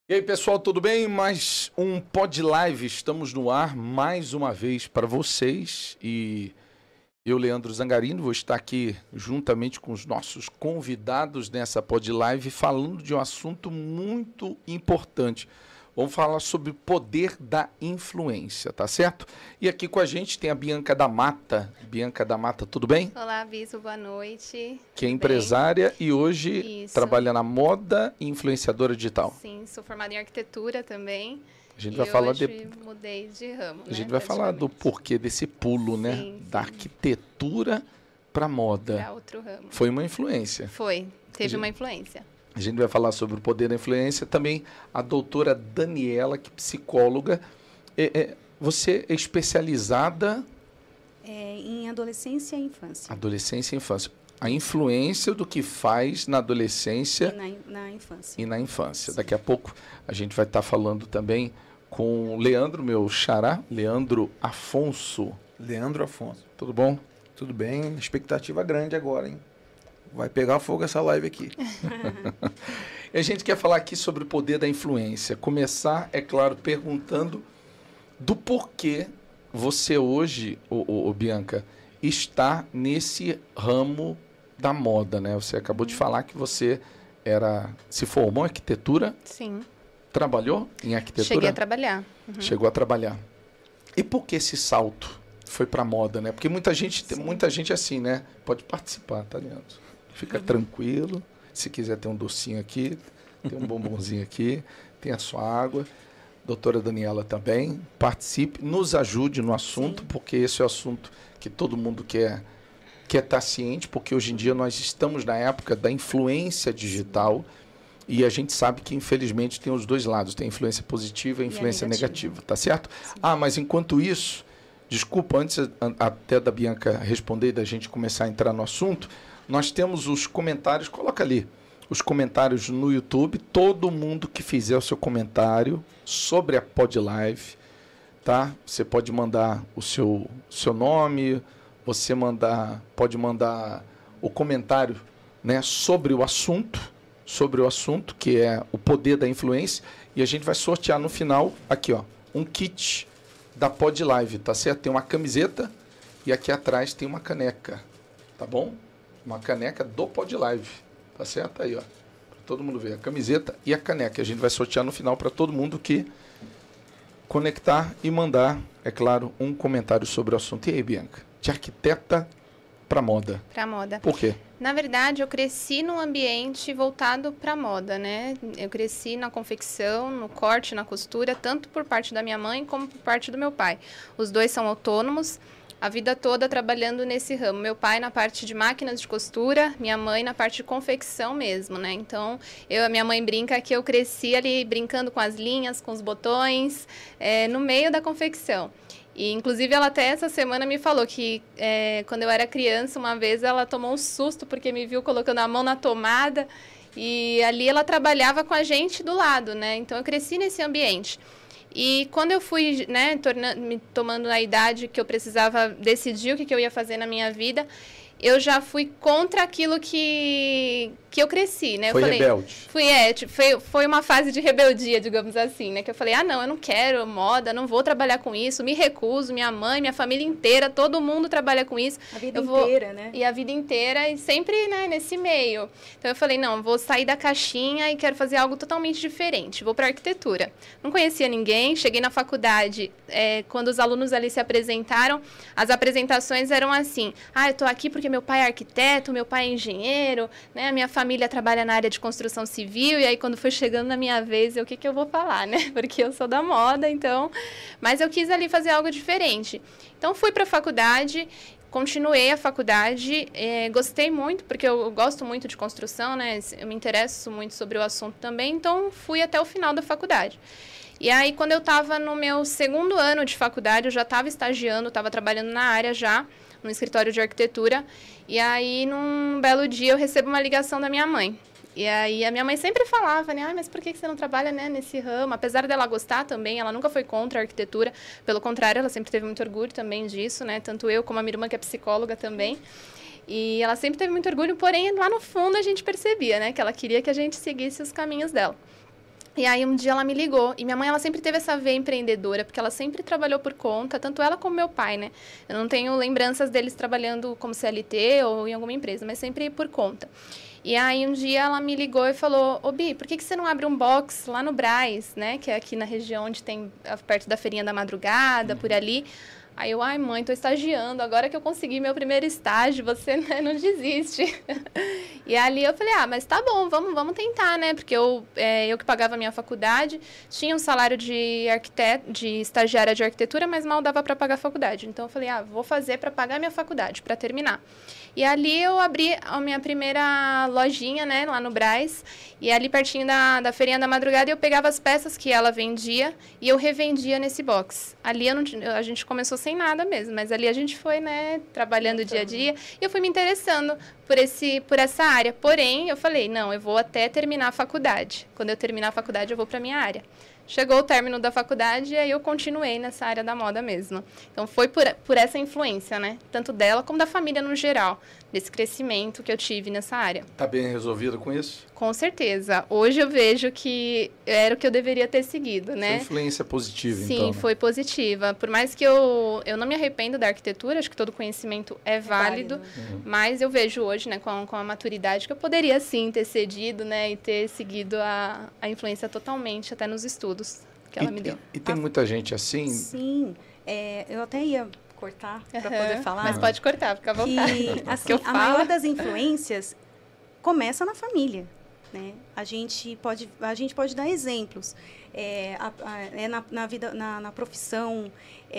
E aí, pessoal, tudo bem? Mais um Pod Live, estamos no ar mais uma vez para vocês e eu, Leandro Zangarino, vou estar aqui juntamente com os nossos convidados nessa Pod Live falando de um assunto muito importante. Vamos falar sobre o poder da influência, tá certo? E aqui com a gente tem a Bianca da Mata. Bianca da Mata, tudo bem? Olá, Biso, boa noite. Que é empresária e hoje trabalha na moda e influenciadora digital. Sim, sou formada em arquitetura também. A gente vai falar hoje mudei de ramo. A gente vai falar do porquê desse pulo, né? Sim, da arquitetura para moda. Para outro ramo. Foi uma influência. Foi, teve uma influência. A gente vai falar sobre o poder da influência. Também a doutora Daniela, que é psicóloga. Você é especializada... em adolescência e infância. Adolescência e infância. A influência do que faz na adolescência na infância. E na infância. Sim. Daqui a pouco a gente vai estar falando também com o Leandro, meu xará, Leandro Afonso. Leandro Afonso. Tudo bom? Tudo bem? Expectativa grande agora, hein? Vai pegar fogo essa live aqui. E a gente quer falar aqui sobre o poder da influência. Começar, é claro, perguntando do porquê você hoje, Bianca, está nesse ramo da moda, né? Você acabou de falar que você se formou em arquitetura. Sim. Trabalhou em arquitetura? Cheguei a trabalhar. Uhum. Chegou a trabalhar. E por que esse salto foi para moda, né? Porque muita gente assim, né? Pode participar, tá, Leandro? Fica tranquilo. Se quiser ter um docinho aqui, tem um bombonzinho aqui, tem a sua água. Doutora Daniela também, participe, nos ajude no assunto, Sim. porque esse é o assunto que todo mundo quer estar ciente, porque hoje em dia nós estamos na época da influência digital e a gente sabe que, infelizmente, tem os dois lados, tem a influência positiva e a influência negativa, tá certo? Sim. Mas enquanto isso, desculpa, antes até da Bianca responder e da gente começar a entrar no assunto, nós temos os comentários, coloca ali, os comentários no YouTube, todo mundo que fizer o seu comentário sobre a Pod Live, tá? Você pode mandar o seu nome, você pode mandar o comentário, né, sobre o assunto, que é o poder da influência, e a gente vai sortear no final, aqui, ó, um kit da Pod Live, tá certo? Tem uma camiseta e aqui atrás tem uma caneca, tá bom? Uma caneca do Pod Live, tá certo? Aí, ó, para todo mundo ver a camiseta e a caneca. A gente vai sortear no final para todo mundo que conectar e mandar, é claro, um comentário sobre o assunto. E aí, Bianca? De arquiteta para moda. Para moda. Por quê? Na verdade, eu cresci num ambiente voltado para moda, né? Eu cresci na confecção, no corte, na costura, tanto por parte da minha mãe como por parte do meu pai. Os dois são autônomos, a vida toda trabalhando nesse ramo. Meu pai na parte de máquinas de costura, minha mãe na parte de confecção mesmo, né? Então, a minha mãe brinca que eu cresci ali brincando com as linhas, com os botões, no meio da confecção. E, inclusive, ela até essa semana me falou que quando eu era criança, uma vez ela tomou um susto porque me viu colocando a mão na tomada e ali ela trabalhava com a gente do lado, né? Então, eu cresci nesse ambiente. E quando eu fui, né, me tomando a idade que eu precisava decidir o que eu ia fazer na minha vida, eu já fui contra aquilo que eu cresci, né? Foi rebelde. Foi uma fase de rebeldia, digamos assim, né? Que eu falei, não, eu não quero moda, não vou trabalhar com isso, me recuso, minha mãe, minha família inteira, todo mundo trabalha com isso. A vida inteira, né? E a vida inteira, e sempre, né, nesse meio. Então, eu falei, não, vou sair da caixinha e quero fazer algo totalmente diferente. Vou para arquitetura. Não conhecia ninguém, cheguei na faculdade, quando os alunos ali se apresentaram, as apresentações eram assim, eu tô aqui porque meu pai é arquiteto, meu pai é engenheiro, né, a minha família trabalha na área de construção civil, e aí quando foi chegando na minha vez, o que eu vou falar, né? Porque eu sou da moda, então... Mas eu quis ali fazer algo diferente. Então, fui para a faculdade, continuei a faculdade, gostei muito, porque eu gosto muito de construção, né? Eu me interesso muito sobre o assunto também, então fui até o final da faculdade. E aí, quando eu estava no meu segundo ano de faculdade, eu já estava estagiando, estava trabalhando na área já, no escritório de arquitetura. E aí, num belo dia, eu recebo uma ligação da minha mãe. E aí, a minha mãe sempre falava, né? Mas por que você não trabalha, né, nesse ramo? Apesar dela gostar também, ela nunca foi contra a arquitetura. Pelo contrário, ela sempre teve muito orgulho também disso, né? Tanto eu como a minha irmã, que é psicóloga também. E ela sempre teve muito orgulho, porém, lá no fundo, a gente percebia, né? Que ela queria que a gente seguisse os caminhos dela. E aí, um dia ela me ligou. E minha mãe, ela sempre teve essa veia empreendedora, porque ela sempre trabalhou por conta, tanto ela como meu pai, né? Eu não tenho lembranças deles trabalhando como CLT ou em alguma empresa, mas sempre por conta. E aí, um dia ela me ligou e falou, ô Bi, por que você não abre um box lá no Brás, né? Que é aqui na região onde tem, perto da Feirinha da Madrugada, por ali. Aí eu, ai mãe, tô estagiando, agora que eu consegui meu primeiro estágio, você, né, não desiste. E ali eu falei, mas tá bom, vamos tentar, né? Porque eu que pagava a minha faculdade, tinha um salário de estagiária de arquitetura, mas mal dava para pagar a faculdade. Então eu falei, vou fazer para pagar a minha faculdade, para terminar. E ali eu abri a minha primeira lojinha, né, lá no Brás. E ali pertinho da Feirinha da Madrugada, eu pegava as peças que ela vendia e eu revendia nesse box. Ali a gente começou sem nada mesmo, mas ali a gente foi, né, trabalhando dia a dia. E eu fui me interessando por essa área. Porém, eu falei, não, eu vou até terminar a faculdade. Quando eu terminar a faculdade, eu vou para minha área. Chegou o término da faculdade e aí eu continuei nessa área da moda mesmo. Então, foi por essa influência, né? Tanto dela como da família no geral, desse crescimento que eu tive nessa área. Tá bem resolvido com isso? Com certeza. Hoje eu vejo que era o que eu deveria ter seguido, né? Foi influência positiva, Sim, então. Sim, foi positiva. Por mais que eu não me arrependo da arquitetura, acho que todo conhecimento é válido, mas eu vejo hoje, né, com a maturidade, que eu poderia, sim, ter cedido, né, e ter seguido a influência totalmente, até nos estudos que ela me deu. E tem muita gente assim? Sim. Eu até ia cortar para poder falar. Mas pode cortar, fica à vontade. Que, assim, a maior das influências começa na família. Né? A gente pode dar exemplos. Na vida, na profissão,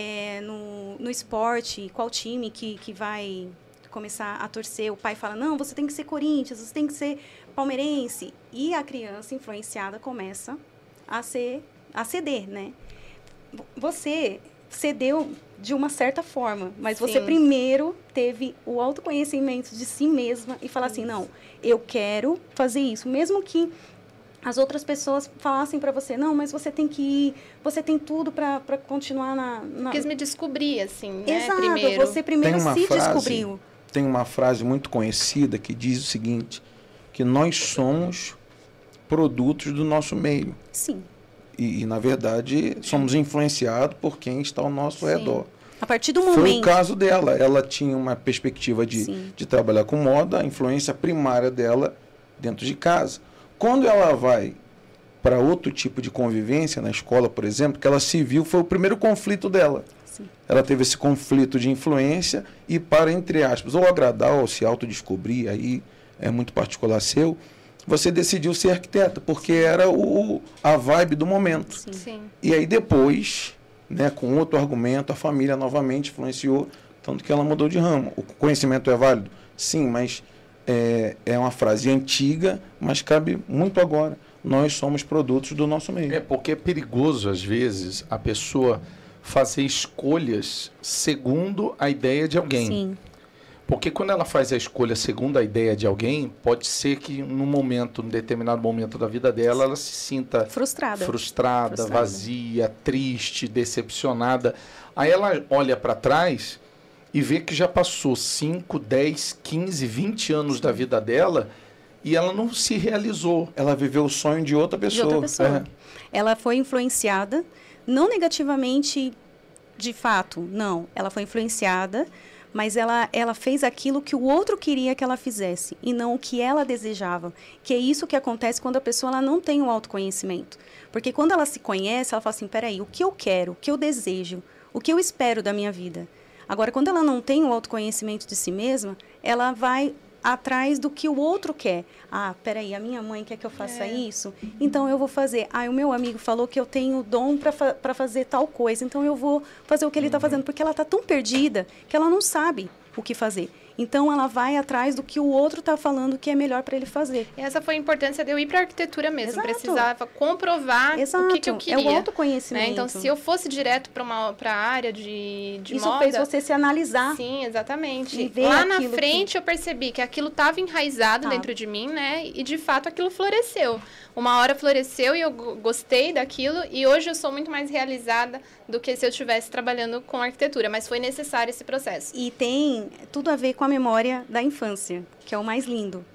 no esporte, qual time que vai começar a torcer. O pai fala, não, você tem que ser Corinthians, você tem que ser palmeirense. E a criança influenciada começa a ceder, né? Você cedeu de uma certa forma, mas você primeiro teve o autoconhecimento de si mesma e falar assim, não, eu quero fazer isso, mesmo que as outras pessoas falassem para você, não, mas você tem que ir, você tem tudo para continuar na... Quis me descobrir, assim, né? Exato, primeiro. você primeiro descobriu. Tem uma frase muito conhecida que diz o seguinte, que nós somos produtos do nosso meio. Sim. E, na verdade, somos influenciados por quem está ao nosso redor. A partir do momento... Foi o caso dela. Ela tinha uma perspectiva de trabalhar com moda, a influência primária dela dentro de casa. Quando ela vai para outro tipo de convivência, na escola, por exemplo, que ela se viu, foi o primeiro conflito dela. Sim. Ela teve esse conflito de influência e para, entre aspas, ou agradar ou se autodescobrir, aí é muito particular seu, você decidiu ser arquiteta, porque era a vibe do momento. Sim. E aí depois, né, com outro argumento, a família novamente influenciou, tanto que ela mudou de ramo. O conhecimento é válido? Sim, mas é uma frase antiga, mas cabe muito agora. Nós somos produtos do nosso meio. É porque é perigoso, às vezes, a pessoa fazer escolhas segundo a ideia de alguém. Sim. Porque quando ela faz a escolha segundo a ideia de alguém, pode ser que num determinado momento da vida dela, ela se sinta frustrada, vazia, triste, decepcionada. Aí ela olha para trás e vê que já passou 5, 10, 15, 20 anos da vida dela e ela não se realizou. Ela viveu o sonho de outra pessoa. Ela foi influenciada, não negativamente de fato, não. Ela foi influenciada, mas ela fez aquilo que o outro queria que ela fizesse e não o que ela desejava. Que é isso que acontece quando a pessoa ela não tem o autoconhecimento. Porque quando ela se conhece, ela fala assim, peraí, o que eu quero, o que eu desejo, o que eu espero da minha vida? Agora, quando ela não tem o autoconhecimento de si mesma, ela vai atrás do que o outro quer. Ah, peraí, a minha mãe quer que eu faça isso, então eu vou fazer. Ah, o meu amigo falou que eu tenho dom para fazer tal coisa, então eu vou fazer o que ele está fazendo, porque ela está tão perdida que ela não sabe o que fazer. Então, ela vai atrás do que o outro está falando que é melhor para ele fazer. E essa foi a importância de eu ir para a arquitetura mesmo. Exato. Precisava comprovar o que eu queria. É o autoconhecimento. Né? Então, se eu fosse direto para a área de Isso moda... fez você se analisar. Sim, exatamente. E ver lá na frente, eu percebi que aquilo estava enraizado dentro de mim, né? E, de fato, aquilo floresceu. Uma hora floresceu e eu gostei daquilo. E hoje eu sou muito mais realizada do que se eu estivesse trabalhando com arquitetura. Mas foi necessário esse processo. E tem tudo a ver com a memória da infância, que é o mais lindo.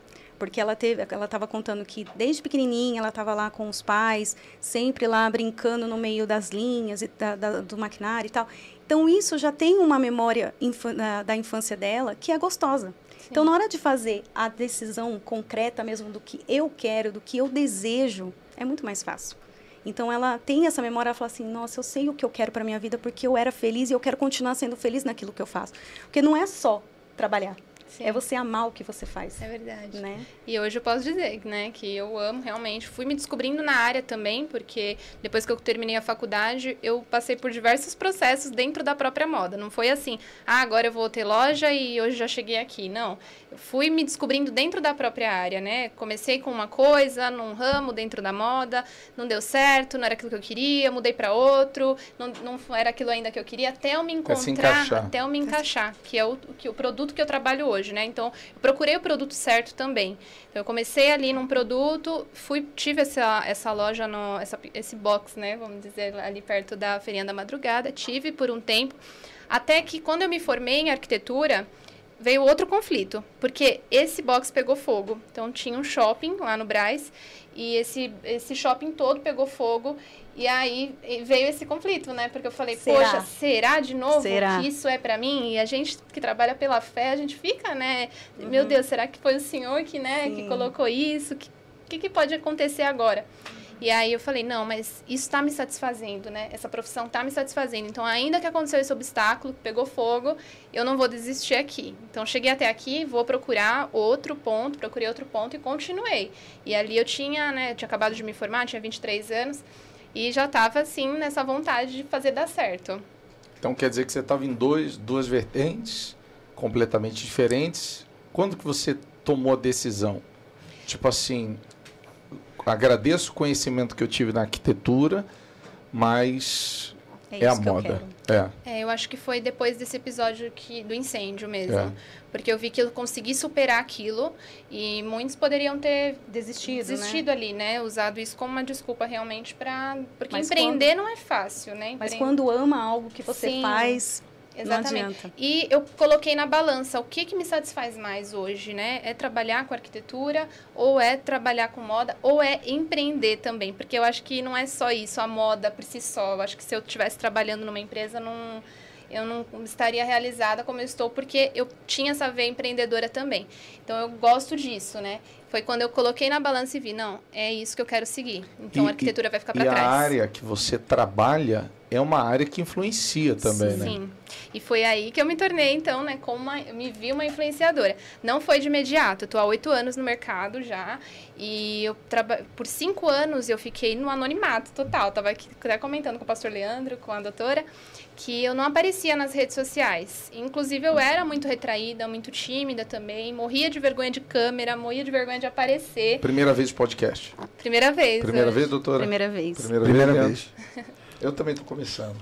porque ela estava contando que desde pequenininha ela estava lá com os pais, sempre lá brincando no meio das linhas e do maquinário e tal. Então, isso já tem uma memória da infância dela que é gostosa. Sim. Então, na hora de fazer a decisão concreta mesmo do que eu quero, do que eu desejo, é muito mais fácil. Então, ela tem essa memória, ela fala assim, nossa, eu sei o que eu quero para minha vida porque eu era feliz e eu quero continuar sendo feliz naquilo que eu faço. Porque não é só trabalhar. Sim. É você amar o que você faz. É verdade. Né? E hoje eu posso dizer, né, que eu amo realmente. Fui me descobrindo na área também, porque depois que eu terminei a faculdade, eu passei por diversos processos dentro da própria moda. Não foi assim, agora eu vou ter loja e hoje já cheguei aqui. Não. Eu fui me descobrindo dentro da própria área, né? Comecei com uma coisa, num ramo dentro da moda, não deu certo, não era aquilo que eu queria, mudei para outro, não era aquilo ainda que eu queria, até eu me encontrar, até eu me encaixar, que é o produto que eu trabalho hoje, né? Então, eu procurei o produto certo também. Então, eu comecei ali num produto, tive essa loja, esse box, né? Vamos dizer, ali perto da Feirinha da Madrugada. Tive por um tempo, até que quando eu me formei em arquitetura, veio outro conflito, porque esse box pegou fogo. Então, tinha um shopping lá no Brás, e esse shopping todo pegou fogo, e aí veio esse conflito, né? Porque eu falei, poxa, será de novo que isso é pra mim? E a gente que trabalha pela fé, a gente fica, né? Meu Deus, será que foi o Senhor que, né, que colocou isso? O que pode acontecer agora? E aí eu falei, não, mas isso está me satisfazendo, né? Essa profissão está me satisfazendo. Então, ainda que aconteceu esse obstáculo, pegou fogo, eu não vou desistir aqui. Então, cheguei até aqui, vou procurar procurei outro ponto e continuei. E ali eu tinha acabado de me formar, tinha 23 anos, e já estava, assim, nessa vontade de fazer dar certo. Então, quer dizer que você estava em duas vertentes completamente diferentes. Quando que você tomou a decisão? Tipo assim, agradeço o conhecimento que eu tive na arquitetura, mas é a moda. Eu acho que foi depois desse episódio do incêndio mesmo. Porque eu vi que eu consegui superar aquilo e muitos poderiam ter desistido ali, né? Usado isso como uma desculpa realmente porque empreender não é fácil, né? Mas quando ama algo que você faz... Exatamente. Não adianta. E eu coloquei na balança o que me satisfaz mais hoje, né? É trabalhar com arquitetura, ou é trabalhar com moda, ou é empreender também. Porque eu acho que não é só isso, a moda por si só. Eu acho que se eu estivesse trabalhando numa empresa, eu não estaria realizada como eu estou, porque eu tinha essa veia empreendedora também. Então, eu gosto disso, né? Foi quando eu coloquei na balança e vi, não, é isso que eu quero seguir. Então, a arquitetura vai ficar para trás. E a área que você trabalha é uma área que influencia também, né? Sim. E foi aí que eu me tornei, então, né, me vi uma influenciadora. Não foi de imediato, eu tô há 8 anos no mercado já, e por 5 anos eu fiquei no anonimato total. Tava aqui até comentando com o pastor Leandro, com a doutora, que eu não aparecia nas redes sociais. Inclusive, eu era muito retraída, muito tímida também, morria de vergonha de câmera, morria de vergonha de aparecer. Primeira vez de podcast? Primeira vez. Primeira vez, doutora? Primeira vez. Primeira vez. Eu também estou começando.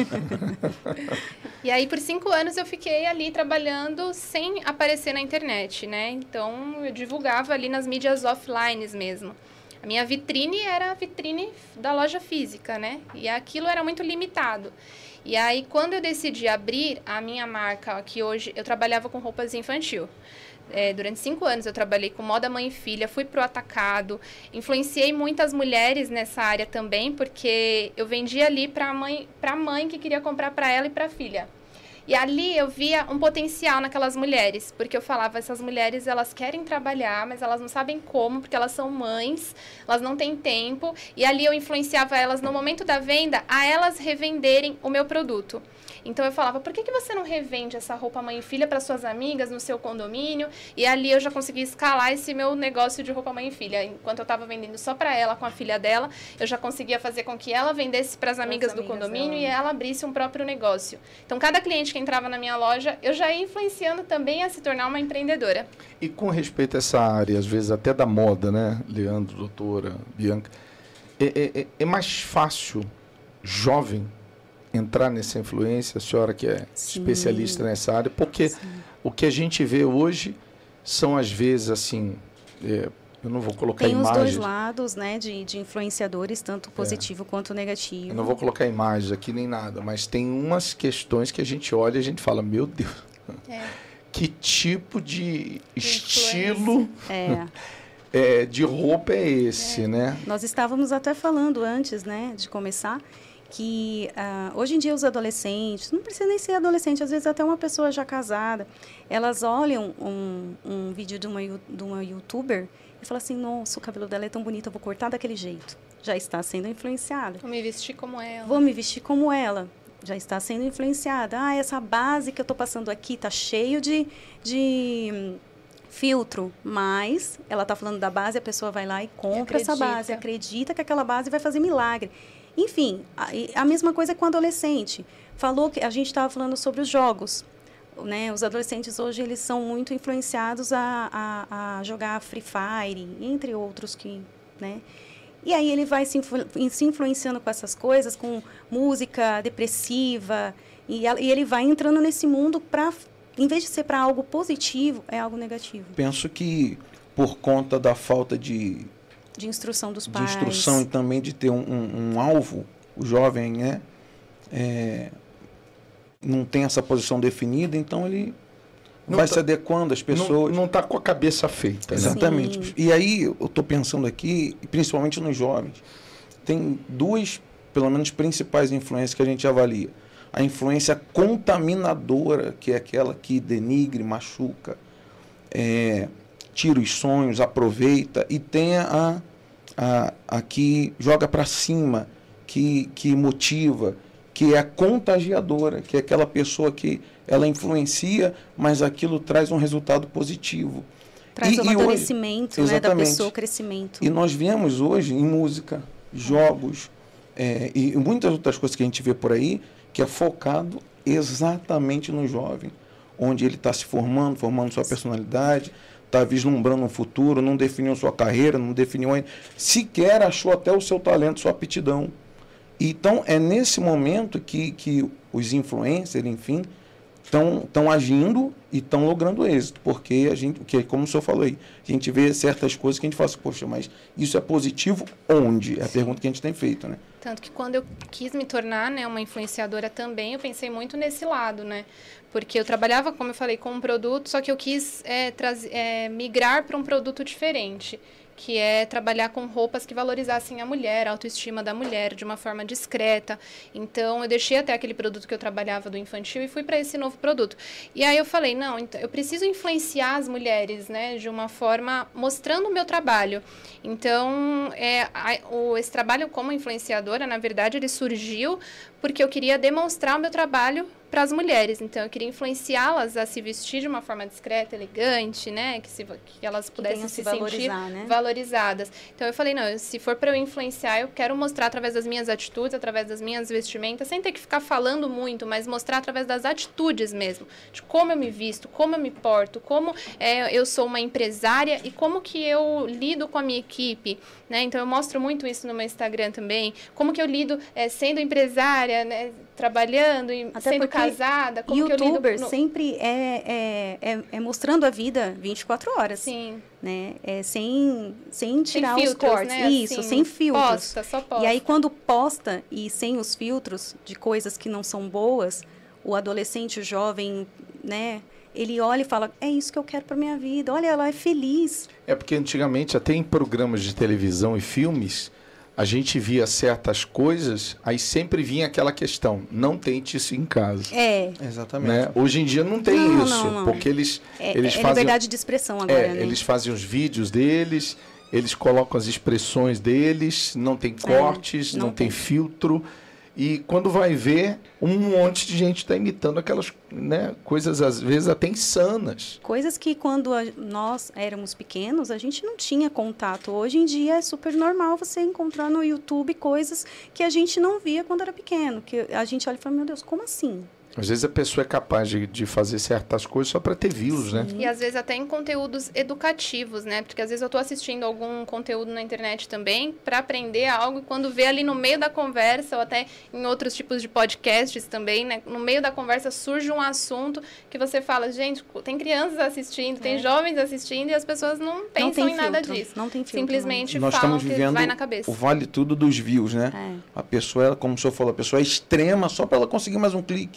E aí, por 5 anos, eu fiquei ali trabalhando sem aparecer na internet, né? Então, eu divulgava ali nas mídias offline mesmo. A minha vitrine era a vitrine da loja física, né? E aquilo era muito limitado. E aí, quando eu decidi abrir a minha marca, que hoje eu trabalhava com roupas infantil. Durante 5 anos eu trabalhei com moda mãe e filha, fui pro atacado, influenciei muitas mulheres nessa área também, porque eu vendia ali pra mãe que queria comprar para ela e para a filha. E ali eu via um potencial naquelas mulheres, porque eu falava, essas mulheres, elas querem trabalhar, mas elas não sabem como, porque elas são mães, elas não têm tempo. E ali eu influenciava elas no momento da venda a elas revenderem o meu produto. Então eu falava, por que você não revende essa roupa mãe e filha para suas amigas no seu condomínio? E ali eu já consegui escalar esse meu negócio de roupa mãe e filha. Enquanto eu estava vendendo só para ela, com a filha dela, eu já conseguia fazer com que ela vendesse para as amigas do condomínio e ela abrisse um próprio negócio. Então cada cliente que entrava na minha loja, eu já ia influenciando também a se tornar uma empreendedora. E com respeito a essa área, às vezes até da moda, né, Leandro, doutora, Bianca, é mais fácil, jovem, entrar nessa influência, a senhora que é especialista nessa área, porque o que a gente vê hoje são, às vezes, assim, eu não vou colocar imagens. Tem os dois lados, né, de influenciadores, tanto positivo quanto negativo. Eu não vou colocar imagens aqui nem nada, mas tem umas questões que a gente olha e a gente fala, meu Deus, que tipo de estilo de roupa é esse, né? Nós estávamos até falando antes, né, de começar, que hoje em dia os adolescentes, não precisa nem ser adolescente, às vezes até uma pessoa já casada, elas olham um vídeo de uma youtuber e falam assim, nossa, o cabelo dela é tão bonito, eu vou cortar daquele jeito. Já está sendo influenciada. Vou me vestir como ela. Vou me vestir como ela. Já está sendo influenciada. Essa base que eu estou passando aqui está cheio de filtro, mas ela está falando da base, a pessoa vai lá e compra essa base, acredita que aquela base vai fazer milagre. Enfim, a mesma coisa com o adolescente. Falou que a gente estava falando sobre os jogos, né? Os adolescentes hoje eles são muito influenciados a jogar Free Fire, entre outros que, né? E aí ele vai se influenciando com essas coisas, com música depressiva, e ele vai entrando nesse mundo para, em vez de ser para algo positivo, é algo negativo. Penso que por conta da falta de instrução dos pais. De instrução e também de ter um alvo, o jovem, né? Não tem essa posição definida, então ele vai se adequando às pessoas. Não está com a cabeça feita. Exatamente. Sim. E aí eu estou pensando aqui, principalmente nos jovens, tem duas, pelo menos, principais influências que a gente avalia. A influência contaminadora, que é aquela que denigre, machuca, tira os sonhos, aproveita, e tem a que joga para cima, que motiva, que é a contagiadora, que é aquela pessoa que ela influencia, mas aquilo traz um resultado positivo. Traz o amadurecimento, né, da pessoa, o crescimento. E nós vemos hoje em música, jogos e muitas outras coisas que a gente vê por aí, que é focado exatamente no jovem, onde ele está se formando sua personalidade, está vislumbrando um futuro, não definiu sua carreira, não definiu ainda, sequer achou até o seu talento, sua aptidão. Então, é nesse momento que os influencers, enfim, estão agindo e estão logrando êxito, porque como o senhor falou aí, a gente vê certas coisas que a gente fala assim, poxa, mas isso é positivo onde? É a pergunta que a gente tem feito, né? Tanto que quando eu quis me tornar, né, uma influenciadora também, eu pensei muito nesse lado, né? Porque eu trabalhava, como eu falei, com um produto, só que eu quis migrar para um produto diferente, que é trabalhar com roupas que valorizassem a mulher, a autoestima da mulher, de uma forma discreta. Então, eu deixei até aquele produto que eu trabalhava do infantil e fui para esse novo produto. E aí eu falei, não, então, eu preciso influenciar as mulheres, né, de uma forma mostrando o meu trabalho. Então, esse trabalho como influenciadora, na verdade, ele surgiu porque eu queria demonstrar o meu trabalho para as mulheres. Então, eu queria influenciá-las a se vestir de uma forma discreta, elegante, né? Que elas pudessem se sentir valorizadas. Então, eu falei, não, se for para eu influenciar, eu quero mostrar através das minhas atitudes, através das minhas vestimentas, sem ter que ficar falando muito, mas mostrar através das atitudes mesmo, de como eu me visto, como eu me porto, como eu sou uma empresária e como que eu lido com a minha equipe, né? Então, eu mostro muito isso no meu Instagram também, como que eu lido sendo empresária, né? Trabalhando e até sendo casada, como YouTuber sempre é mostrando a vida 24 horas. Sim. Né? Sem tirar filtros, os cortes. Né? Isso, assim, sem filtros. Só posta. E aí, quando posta e sem os filtros de coisas que não são boas, o adolescente, o jovem, né? Ele olha e fala, é isso que eu quero para minha vida. Olha, ela é feliz. É porque antigamente, até em programas de televisão e filmes, a gente via certas coisas, aí sempre vinha aquela questão, não tente isso em casa. Exatamente. Né? Hoje em dia não tem isso, não. Porque eles fazem... liberdade de expressão agora, né? Eles fazem os vídeos deles, eles colocam as expressões deles, não tem cortes, não tem filtro. E quando vai ver, um monte de gente está imitando aquelas, né, coisas, às vezes, até insanas. Coisas que quando nós éramos pequenos, a gente não tinha contato. Hoje em dia é super normal você encontrar no YouTube coisas que a gente não via quando era pequeno. Que a gente olha e fala, meu Deus, como assim? Às vezes a pessoa é capaz de fazer certas coisas só para ter views, né? E às vezes até em conteúdos educativos, né? Porque às vezes eu estou assistindo algum conteúdo na internet também para aprender algo e quando vê ali no meio da conversa ou até em outros tipos de podcasts também, né? No meio da conversa surge um assunto que você fala, gente, tem crianças assistindo, tem jovens assistindo e as pessoas não pensam em nada disso. Não tem filtro. Simplesmente nós falam estamos que vivendo vai na cabeça. O vale tudo dos views, né? A pessoa, como o senhor falou, a pessoa é extrema só para ela conseguir mais um clique.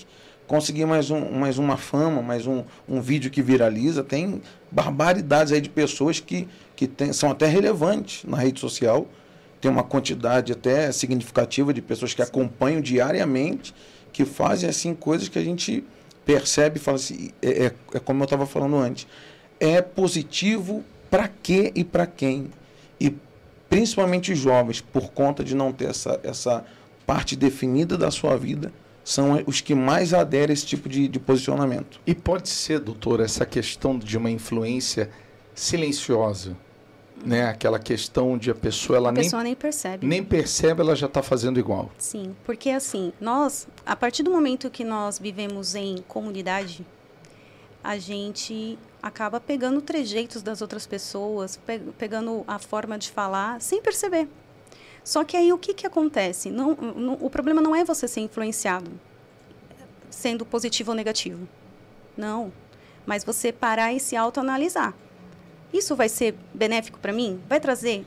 conseguir mais uma fama, mais um vídeo que viraliza. Tem barbaridades aí de pessoas que são até relevantes na rede social. Tem uma quantidade até significativa de pessoas que acompanham diariamente, que fazem assim coisas que a gente percebe e fala assim, é como eu estava falando antes, é positivo para quê e para quem? E principalmente os jovens, por conta de não ter essa parte definida da sua vida, são os que mais aderem a esse tipo de posicionamento. E pode ser, doutor, essa questão de uma influência silenciosa, né? Aquela questão de a pessoa nem percebe. Nem percebe, ela já está fazendo igual. Sim, porque assim, a partir do momento que nós vivemos em comunidade, a gente acaba pegando trejeitos das outras pessoas, pegando a forma de falar, sem perceber. Só que aí o que acontece? O problema não é você ser influenciado, sendo positivo ou negativo. Não. Mas você parar e se autoanalisar. Isso vai ser benéfico para mim? Vai trazer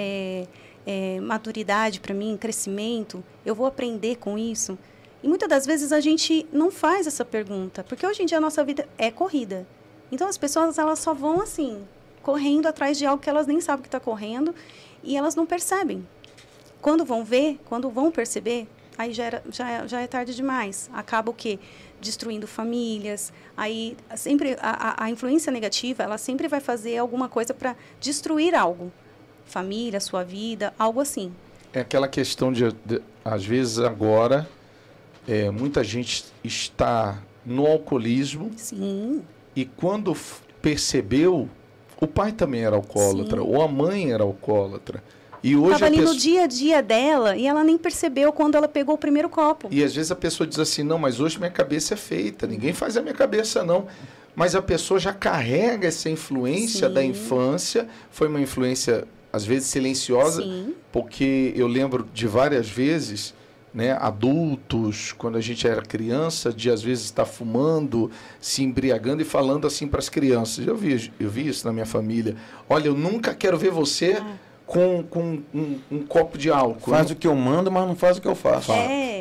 maturidade para mim, crescimento? Eu vou aprender com isso? E muitas das vezes a gente não faz essa pergunta, porque hoje em dia a nossa vida é corrida. Então as pessoas elas só vão assim, correndo atrás de algo que elas nem sabem que está correndo e elas não percebem. Quando vão ver, quando vão perceber, aí já é tarde demais. Acaba o quê? Destruindo famílias. Aí sempre a influência negativa, ela sempre vai fazer alguma coisa para destruir algo. Família, sua vida, algo assim. É aquela questão de às vezes agora, muita gente está no alcoolismo. Sim. E quando percebeu, o pai também era alcoólatra, ou a mãe era alcoólatra. E hoje estava ali no dia a dia dela e ela nem percebeu quando ela pegou o primeiro copo. E às vezes a pessoa diz assim, não, mas hoje minha cabeça é feita, ninguém faz a minha cabeça não. Mas a pessoa já carrega essa influência Sim. da infância, foi uma influência às vezes silenciosa, Sim. porque eu lembro de várias vezes, né, adultos, quando a gente era criança, de às vezes estar fumando, se embriagando e falando assim para as crianças. Eu vi isso na minha família. Olha, eu nunca quero ver você com um copo de álcool. Faz o que eu mando, mas não faz o que eu faço.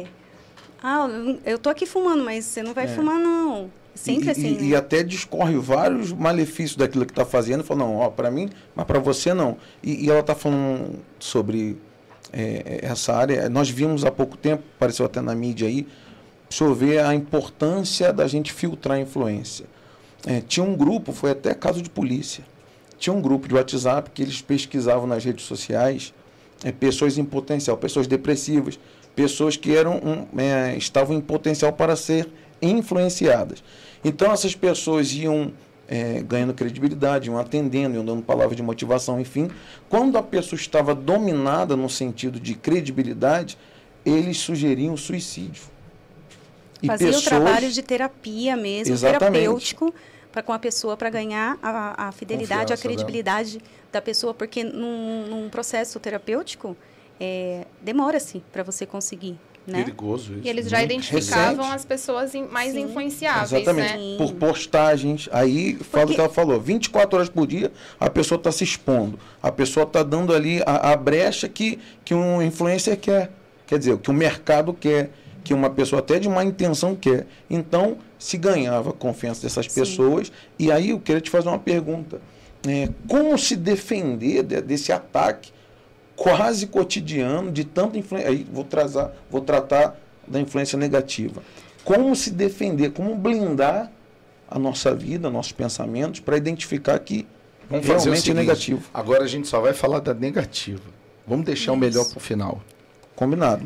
Eu tô aqui fumando, mas você não vai fumar, não. Sempre assim, né? E até discorre vários malefícios daquilo que está fazendo. Fala, não, para mim, mas para você não. E ela está falando sobre essa área. Nós vimos há pouco tempo, apareceu até na mídia aí, ver a importância da gente filtrar a influência. Tinha um grupo, foi até caso de polícia, tinha um grupo de WhatsApp que eles pesquisavam nas redes sociais pessoas em potencial, pessoas depressivas, pessoas que estavam em potencial para ser influenciadas. Então, essas pessoas iam ganhando credibilidade, iam atendendo, iam dando palavras de motivação, enfim. Quando a pessoa estava dominada no sentido de credibilidade, eles sugeriam suicídio. Fazia o trabalho de terapia mesmo, terapêutico, com a pessoa para ganhar a fidelidade, confiança, a credibilidade da pessoa, porque num processo terapêutico demora-se para você conseguir. Né? Perigoso isso. E eles já identificavam as pessoas mais influenciáveis, exatamente, né? Por postagens. Aí, fala o que ela falou, 24 horas por dia a pessoa está se expondo. A pessoa está dando ali a brecha que um influencer quer. Quer dizer, o que o mercado quer, que uma pessoa até de má intenção quer. Então, se ganhava a confiança dessas pessoas. E aí eu queria te fazer uma pergunta. Como se defender desse ataque quase cotidiano de tanta influência? Aí vou tratar da influência negativa. Como se defender, como blindar a nossa vida, nossos pensamentos, para identificar que realmente é negativo. Agora a gente só vai falar da negativa. Vamos deixar o melhor para o final. Combinado.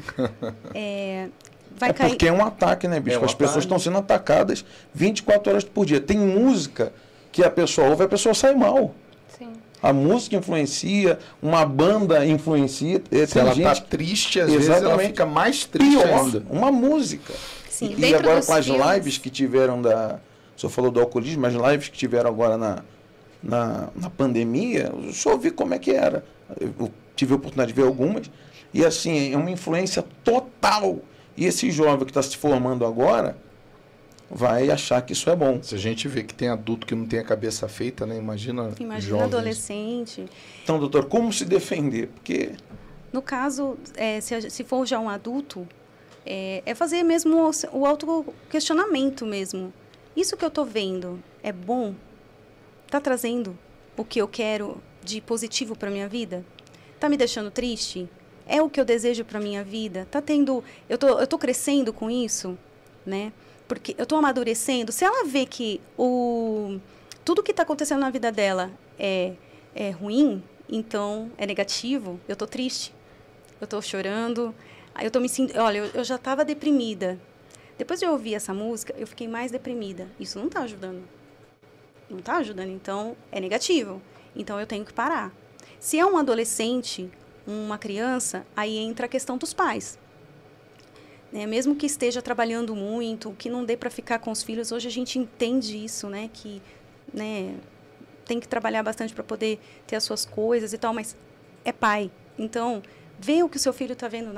Porque é um ataque, né, bicho? As pessoas estão sendo atacadas 24 horas por dia. Tem música que a pessoa ouve, a pessoa sai mal. Sim. A música influencia, uma banda influencia. Se ela está triste, às vezes ela fica mais triste ainda. Uma música. Sim. E agora com as lives que tiveram o senhor falou do alcoolismo, as lives que tiveram agora na pandemia, eu só vi como é que era. Eu tive a oportunidade de ver algumas. E assim, é uma influência total. E esse jovem que está se formando agora vai achar que isso é bom. Se a gente vê que tem adulto que não tem a cabeça feita, né? Imagina jovens. Adolescente. Então, doutor, como se defender? Porque... No caso, se for já um adulto, é fazer mesmo o autoquestionamento mesmo. Isso que eu estou vendo é bom? Está trazendo o que eu quero de positivo para minha vida? Está me deixando triste? É o que eu desejo para minha vida? Eu tô crescendo com isso, né? Porque eu estou amadurecendo. Se ela vê que tudo que está acontecendo na vida dela é ruim, então é negativo, eu estou triste, eu estou chorando, eu estou me sentindo... Olha, eu já estava deprimida. Depois de eu ouvir essa música, eu fiquei mais deprimida. Isso não está ajudando. Não está ajudando, então é negativo. Então eu tenho que parar. Se é um adolescente, uma criança, aí entra a questão dos pais. Né? Mesmo que esteja trabalhando muito, que não dê para ficar com os filhos, hoje a gente entende isso, né? Que, né, tem que trabalhar bastante para poder ter as suas coisas e tal, mas é pai. Então, vê o que o seu filho está vendo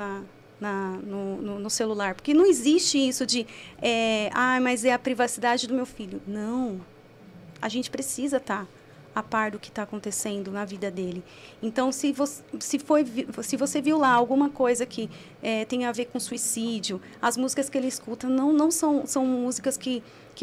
no celular. Porque não existe isso de, mas é a privacidade do meu filho. Não. A gente precisa estar a par do que está acontecendo na vida dele. Então, se você viu lá alguma coisa que tem a ver com suicídio, as músicas que ele escuta não são músicas que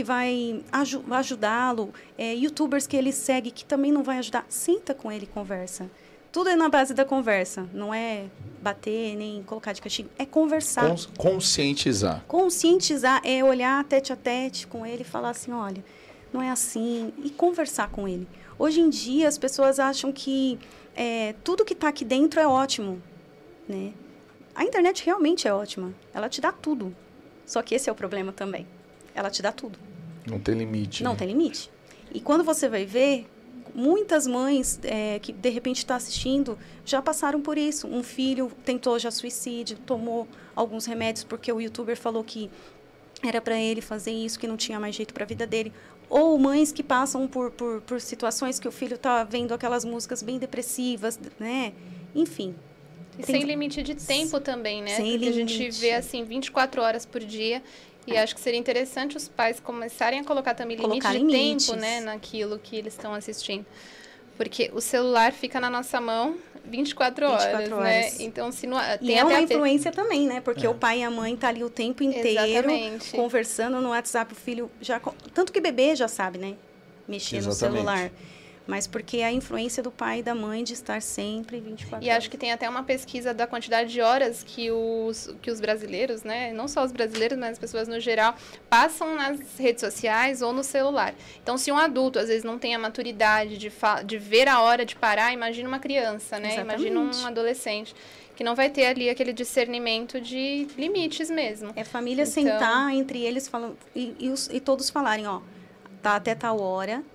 vai ajudá-lo, youtubers que ele segue que também não vai ajudar, senta com ele e conversa. Tudo é na base da conversa, não é bater nem colocar de castigo, é conversar. Conscientizar. Conscientizar é olhar tete a tete com ele e falar assim, olha, não é assim, e conversar com ele. Hoje em dia, as pessoas acham que tudo que está aqui dentro é ótimo, né? A internet realmente é ótima. Ela te dá tudo. Só que esse é o problema também. Ela te dá tudo. Não tem limite. Não tem limite. E quando você vai ver, muitas mães que, de repente, estão assistindo, já passaram por isso. Um filho tentou já suicídio, tomou alguns remédios porque o youtuber falou que era para ele fazer isso, que não tinha mais jeito para a vida dele. Ou mães que passam por situações que o filho está vendo aquelas músicas bem depressivas, né? Enfim. E sem limite de tempo também, né? Sem Porque limite. a gente vê, assim, 24 horas por dia. E acho que seria interessante os pais começarem a colocar também limite de tempo, né? Naquilo que eles estão assistindo. Porque o celular fica na nossa mão 24 horas, né? Então, se não... E é uma influência também, né? Porque o pai e a mãe tá ali o tempo inteiro conversando no WhatsApp. O filho já... Tanto que bebê já sabe, né? Mexer no celular. Mas porque é a influência do pai e da mãe de estar sempre 24 horas. E acho que tem até uma pesquisa da quantidade de horas que os brasileiros, né? Não só os brasileiros, mas as pessoas no geral, passam nas redes sociais ou no celular. Então, se um adulto, às vezes, não tem a maturidade de ver a hora de parar, imagina uma criança, né? Exatamente. Imagina um adolescente que não vai ter ali aquele discernimento de limites mesmo. É família sentar entre eles falando, e todos falarem, ó, tá até tal hora...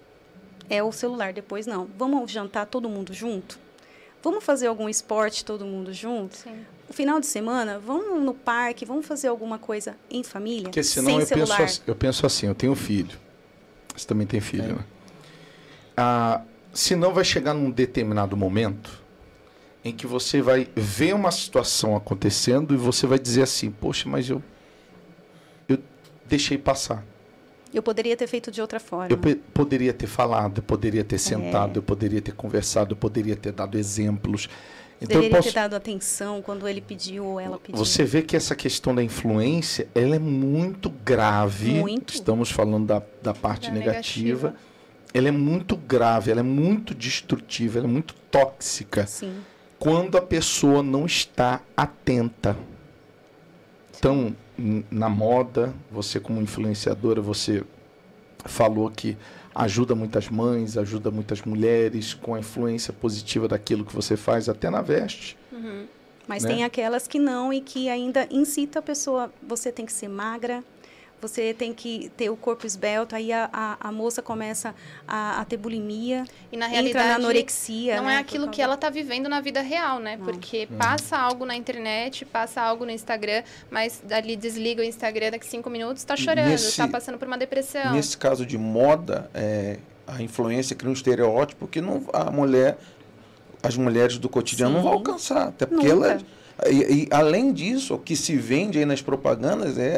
É o celular, depois não. Vamos jantar todo mundo junto? Vamos fazer algum esporte todo mundo junto? Sim. No final de semana, vamos no parque, vamos fazer alguma coisa em família, porque senão sem celular. Eu penso assim, eu tenho filho. Você também tem filho, né? Senão vai chegar num determinado momento em que você vai ver uma situação acontecendo e você vai dizer assim, poxa, mas eu deixei passar. Eu poderia ter feito de outra forma. Eu poderia ter falado, eu poderia ter sentado, eu poderia ter conversado, eu poderia ter dado exemplos. Então, Poderia ter dado atenção quando ele pediu ou ela pediu. Você vê que essa questão da influência, ela é muito grave. Muito. Estamos falando da parte negativa. Ela é muito grave, ela é muito destrutiva, ela é muito tóxica. Sim. Quando a pessoa não está atenta. Então, na moda, você como influenciadora, você falou que ajuda muitas mães, ajuda muitas mulheres com a influência positiva daquilo que você faz, até na veste. Uhum. Mas né? tem aquelas que não e que ainda incita a pessoa, você tem que ser magra, você tem que ter o corpo esbelto, aí a moça começa a ter bulimia, e na realidade, entra na anorexia. Não, né, é aquilo que ela está vivendo na vida real, né? Não. Porque passa algo na internet, passa algo no Instagram, mas dali desliga o Instagram, daqui 5 minutos está chorando, está passando por uma depressão. Nesse caso de moda, a influência cria um estereótipo que as mulheres do cotidiano não vão alcançar. Até porque elas... E além disso, o que se vende aí nas propagandas é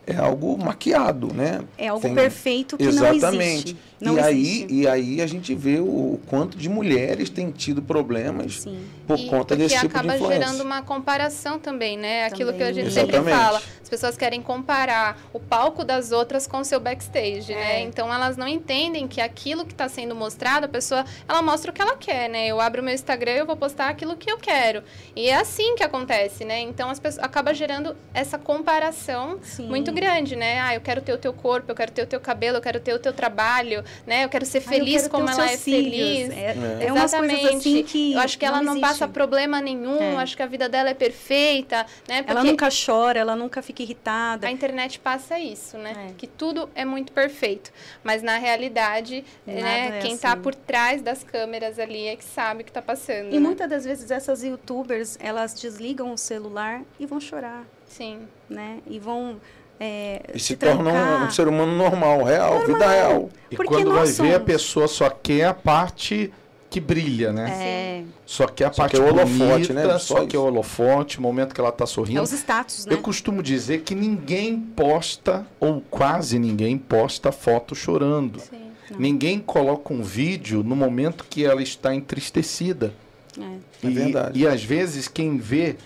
é algo maquiado, né? É algo perfeito que exatamente. Não existe. Não E aí a gente vê o quanto de mulheres têm tido problemas Sim. por conta desse tipo de influência. Que acaba gerando uma comparação também, né? Aquilo que a gente Exatamente. sempre fala. As pessoas querem comparar o palco das outras com o seu backstage, né? Então, elas não entendem que aquilo que está sendo mostrado, a pessoa, ela mostra o que ela quer, né? Eu abro o meu Instagram e eu vou postar aquilo que eu quero. E é assim que acontece, né? Então, as pessoas acaba gerando essa comparação muito grande, né? Ah, eu quero ter o teu corpo, eu quero ter o teu cabelo, eu quero ter o teu trabalho, né? Eu quero ser feliz como ela é feliz. É umas coisas assim que eu acho que ela não passa problema nenhum, eu acho que a vida dela é perfeita, né? Porque ela nunca chora, ela nunca fica irritada. A internet passa isso, né? Que tudo é muito perfeito. Mas na realidade, né, quem está por trás das câmeras ali é que sabe o que está passando. E muitas das vezes essas youtubers, elas desligam o celular e vão chorar. Sim. Né? E vão... e se tornam um ser humano normal, vida real. E quando vai ver, a pessoa só quer a parte que brilha, né? Só quer a parte holofote, né? Só que é o holofote, o momento que ela está sorrindo. É os status, né? Eu costumo dizer que ninguém posta, ou quase ninguém posta foto chorando. Sim. Ninguém coloca um vídeo no momento que ela está entristecida. É verdade. E às vezes quem vê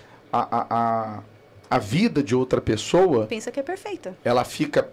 a vida de outra pessoa... pensa que é perfeita. Ela fica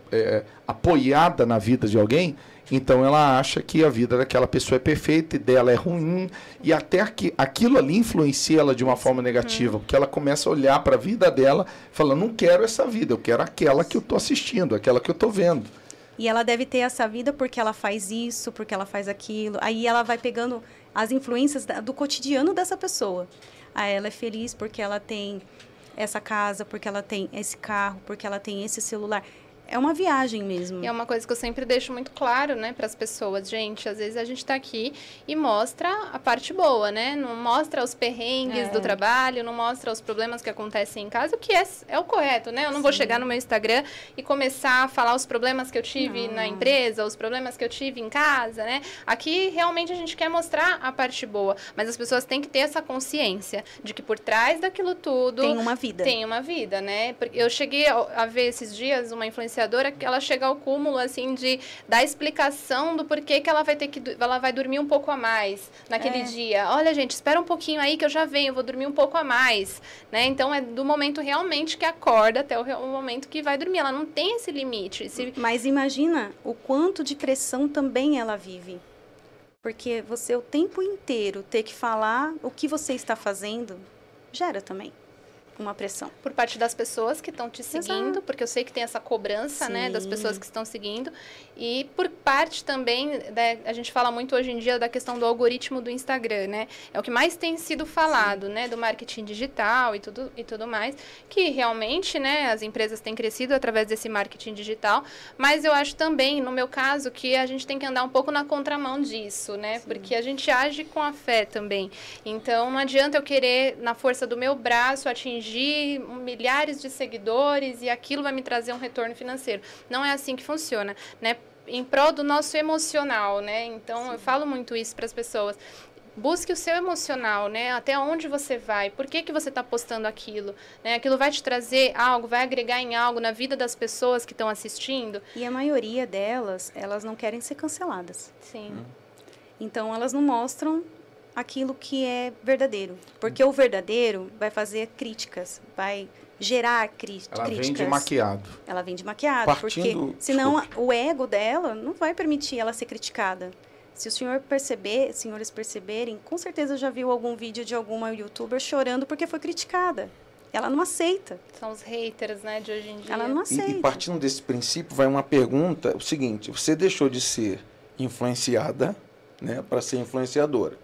apoiada na vida de alguém, então ela acha que a vida daquela pessoa é perfeita e dela é ruim. E até que aquilo ali influencia ela de uma forma negativa, porque ela começa a olhar para a vida dela e fala, não quero essa vida, eu quero aquela que eu estou assistindo, aquela que eu estou vendo. E ela deve ter essa vida porque ela faz isso, porque ela faz aquilo. Aí ela vai pegando as influências do cotidiano dessa pessoa. Aí ela é feliz porque ela tem essa casa, porque ela tem esse carro, porque ela tem esse celular. É uma viagem mesmo. E é uma coisa que eu sempre deixo muito claro, né, para as pessoas. Gente, às vezes a gente está aqui e mostra a parte boa, né? Não mostra os perrengues do trabalho, não mostra os problemas que acontecem em casa, o que é o correto, né? Eu não vou chegar no meu Instagram e começar a falar os problemas que eu tive na empresa, os problemas que eu tive em casa, né? Aqui, realmente, a gente quer mostrar a parte boa, mas as pessoas têm que ter essa consciência de que por trás daquilo tudo... tem uma vida. Tem uma vida, né? Eu cheguei a ver esses dias uma influenciadora que ela chega ao cúmulo, assim, de dar explicação do porquê que ela vai dormir um pouco a mais naquele dia. Olha, gente, espera um pouquinho aí que eu já venho, eu vou dormir um pouco a mais, né? Então, é do momento realmente que acorda até o momento que vai dormir. Ela não tem esse limite. Mas imagina o quanto de pressão também ela vive. Porque você o tempo inteiro ter que falar o que você está fazendo, gera também uma pressão. Por parte das pessoas que estão te seguindo, porque eu sei que tem essa cobrança, né, das pessoas que estão seguindo. E por parte também, a gente fala muito hoje em dia da questão do algoritmo do Instagram, né? É o que mais tem sido falado, né, do marketing digital e tudo mais, que realmente, né, as empresas têm crescido através desse marketing digital, mas eu acho também, no meu caso, que a gente tem que andar um pouco na contramão disso, né? Porque a gente age com a fé também. Então, não adianta eu querer, na força do meu braço, atingir milhares de seguidores e aquilo vai me trazer um retorno financeiro. Não é assim que funciona, né? Em prol do nosso emocional, né? Então, eu falo muito isso para as pessoas. Busque o seu emocional, né? Até onde você vai? Por que você está postando aquilo? Né? Aquilo vai te trazer algo, vai agregar em algo na vida das pessoas que estão assistindo? E a maioria delas, elas não querem ser canceladas. Sim. Então, elas não mostram aquilo que é verdadeiro. Porque o verdadeiro vai fazer críticas, vai gerar críticas. Ela vem de maquiado. Ela vem de maquiado, porque senão o ego dela não vai permitir ela ser criticada. Se o senhores perceberem, com certeza já viu algum vídeo de alguma youtuber chorando porque foi criticada. Ela não aceita. São os haters, né, de hoje em dia. Ela não aceita. E partindo desse princípio, vai uma pergunta, o seguinte, você deixou de ser influenciada, né, para ser influenciadora.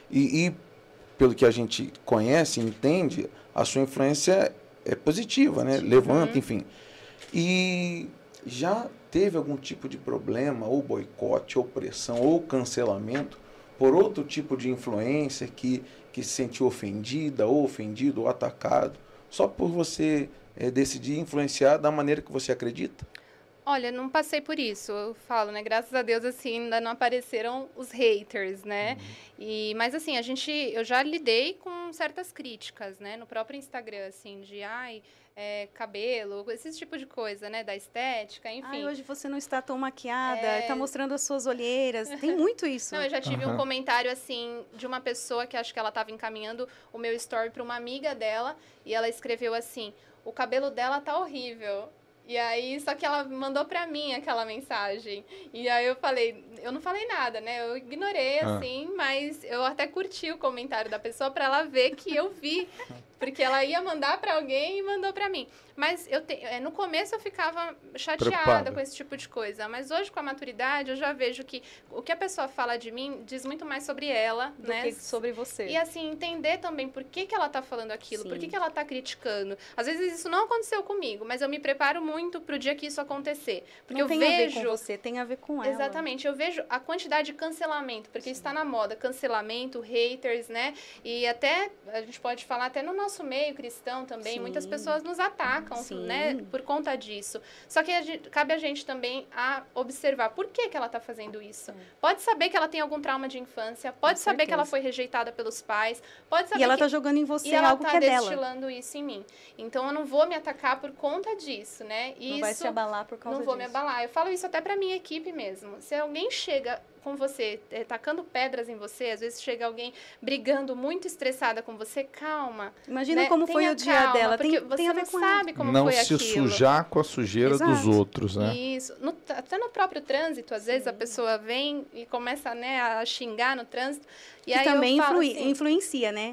E pelo que a gente conhece, entende, a sua influência é positiva, né? Levanta, enfim. E já teve algum tipo de problema, ou boicote, ou pressão, ou cancelamento, por outro tipo de influencer que se sentiu ofendida, ou ofendido, ou atacado, só por você decidir influenciar da maneira que você acredita? Olha, não passei por isso, eu falo, né? Graças a Deus, assim, ainda não apareceram os haters, né? Mas, assim, eu já lidei com certas críticas, né? No próprio Instagram, assim, de, cabelo, esse tipo de coisa, né? Da estética, enfim. Ai, hoje você não está tão maquiada, está mostrando as suas olheiras. Tem muito isso. Não, eu já tive um comentário, assim, de uma pessoa que acho que ela estava encaminhando o meu story para uma amiga dela, e ela escreveu assim, o cabelo dela tá horrível. E aí, só que ela mandou pra mim aquela mensagem. E aí eu não falei nada, né? Eu ignorei, assim, mas eu até curti o comentário da pessoa pra ela ver que eu vi. Porque ela ia mandar pra alguém e mandou pra mim. Mas no começo eu ficava chateada Preocupada com esse tipo de coisa. Mas hoje, com a maturidade, eu já vejo que o que a pessoa fala de mim diz muito mais sobre ela, do né? que sobre você. E assim, entender também por que ela tá falando aquilo, Sim. por que ela tá criticando. Às vezes isso não aconteceu comigo, mas eu me preparo muito pro dia que isso acontecer. Porque não eu tem a ver vejo... com você, tem a ver com ela. Exatamente, eu vejo a quantidade de cancelamento, porque isso está na moda, cancelamento, haters, né? E até, a gente pode falar até no nosso meio cristão também, Sim. muitas pessoas nos atacam, Sim. né? Por conta disso. Só que cabe a gente também a observar por que ela está fazendo isso. Pode saber que ela tem algum trauma de infância, pode saber que ela foi rejeitada pelos pais, pode saber e ela que... está jogando em você e ela algo tá que é dela. destilando isso em mim. Então, eu não vou me atacar por conta disso, né? Não vai se abalar por causa Não vou disso. me abalar. Eu falo isso até pra minha equipe mesmo. Se alguém chega com você, tacando pedras em você, às vezes chega alguém brigando, muito estressada com você, calma. Imagina né? como foi Tenha o dia calma, dela. Porque Tem você a ver não com sabe como não foi se aquilo. sujar com a sujeira Exato. dos outros, né? Isso. Até no próprio trânsito, às vezes a pessoa vem e começa, né, a xingar no trânsito. E que aí também eu falo assim, influencia, né?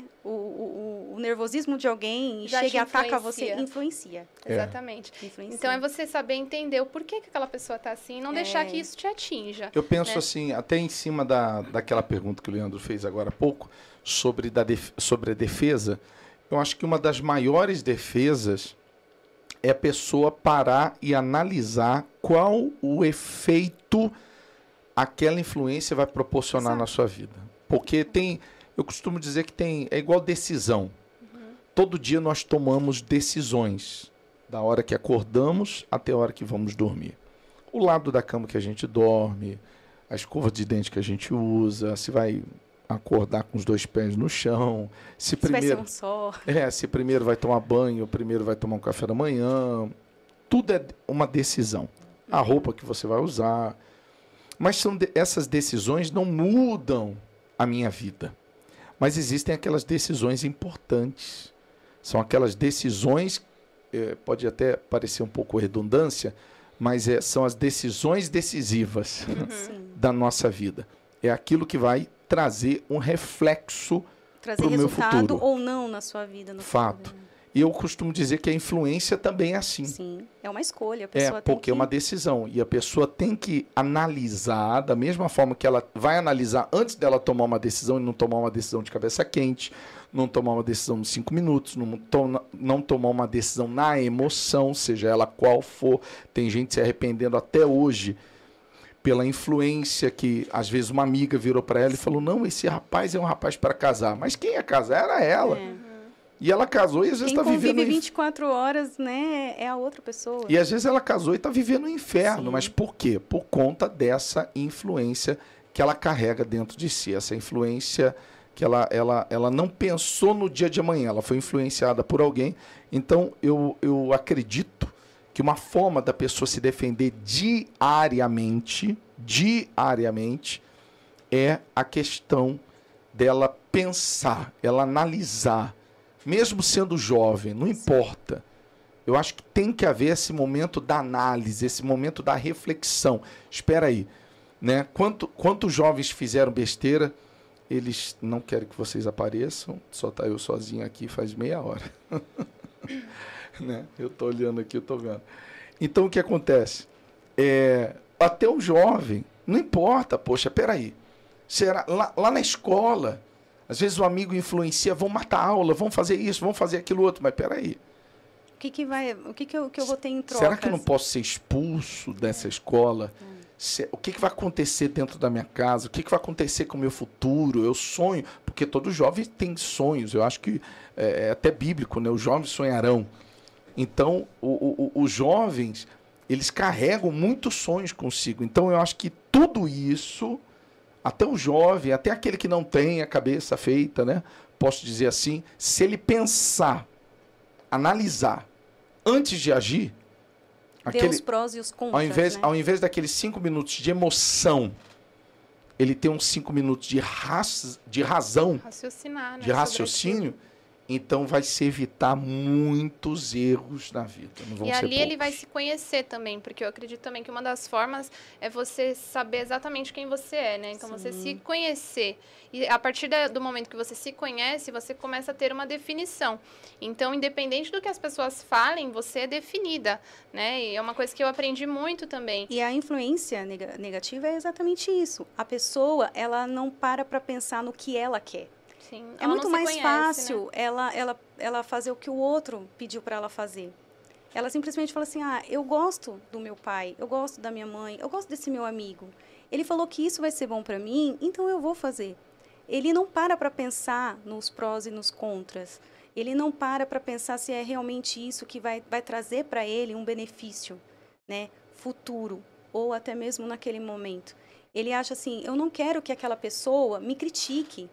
O nervosismo de alguém Já chega te e ataca você, influencia. influencia. Exatamente. Influencia. Então é você saber entender o porquê que aquela pessoa tá assim e não deixar que isso te atinja. Eu penso né? assim, até em cima daquela pergunta que o Leandro fez agora há pouco, sobre a defesa, eu acho que uma das maiores defesas é a pessoa parar e analisar qual o efeito aquela influência vai proporcionar Exato. na sua vida. Porque eu costumo dizer que é igual decisão. Todo dia nós tomamos decisões, da hora que acordamos até a hora que vamos dormir. O lado da cama que a gente dorme, a escova de dente que a gente usa, se vai acordar com os 2 pés no chão, se vai ser primeiro, um só. se primeiro vai tomar banho, primeiro vai tomar um café da manhã, tudo é uma decisão. A roupa que você vai usar, mas essas decisões não mudam a minha vida. Mas existem aquelas decisões importantes. São aquelas decisões, pode até parecer um pouco redundância, mas são as decisões decisivas da nossa vida. É aquilo que vai trazer um reflexo Trazer pro meu resultado futuro. ou não na sua vida. No Fato. futuro. E eu costumo dizer que a influência também é assim. Sim, é uma escolha. A pessoa Porque é uma decisão. E a pessoa tem que analisar, da mesma forma que ela vai analisar antes dela tomar uma decisão, e não tomar uma decisão de cabeça quente, não tomar uma decisão em 5 minutos, não tomar uma decisão na emoção, seja ela qual for. Tem gente se arrependendo até hoje pela influência que, às vezes, uma amiga virou para ela e falou, não, esse rapaz é um rapaz para casar. Mas quem ia casar era ela. E ela casou e às vezes está vivendo... Quem convive 24 horas, né, é a outra pessoa. E às vezes ela casou e está vivendo um inferno. Sim. Mas por quê? Por conta dessa influência que ela carrega dentro de si. Essa influência que ela não pensou no dia de amanhã. Ela foi influenciada por alguém. Então, eu acredito que uma forma da pessoa se defender diariamente, é a questão dela pensar, ela analisar. Mesmo sendo jovem, não importa. Eu acho que tem que haver esse momento da análise, esse momento da reflexão. Espera aí, né? Quantos jovens fizeram besteira, eles não querem que vocês apareçam, só tá eu sozinho aqui faz meia hora. Né? Eu tô olhando aqui, eu tô vendo. Então, o que acontece? Até o jovem, não importa, poxa, peraí. Será, lá na escola... Às vezes o amigo influencia, vão matar a aula, vão fazer isso, vão fazer aquilo outro, mas peraí. O que eu vou ter em troca? Será que eu não posso ser expulso dessa escola? O que vai acontecer dentro da minha casa? O que vai acontecer com o meu futuro? Eu sonho, porque todo jovem tem sonhos, eu acho que é até bíblico, né? Os jovens sonharão. Então, os jovens, eles carregam muitos sonhos consigo. Então, eu acho que tudo isso... Até o jovem, até aquele que não tem a cabeça feita, né? Posso dizer assim, se ele pensar, analisar antes de agir, Ver os prós e os contras, ao invés daqueles 5 minutos de emoção, ele tem uns 5 minutos de razão, raciocinar, né, de raciocínio, então vai se evitar muitos erros na vida. Não vão e ser ali ele poucos. vai se conhecer também, porque eu acredito também que uma das formas é você saber exatamente quem você é, né? Então, você se conhecer. E a partir do momento que você se conhece, você começa a ter uma definição. Então, independente do que as pessoas falem, você é definida, né? E é uma coisa que eu aprendi muito também. E a influência negativa é exatamente isso. A pessoa, ela não para pensar no que ela quer. Sim, É muito mais conhece, fácil, né? ela fazer o que o outro pediu para ela fazer. Ela simplesmente fala assim, eu gosto do meu pai, eu gosto da minha mãe, eu gosto desse meu amigo. Ele falou que isso vai ser bom para mim, então eu vou fazer. Ele não para pensar nos prós e nos contras. Ele não para pensar se é realmente isso que vai trazer para ele um benefício, né, futuro, ou até mesmo naquele momento. Ele acha assim, eu não quero que aquela pessoa me critique.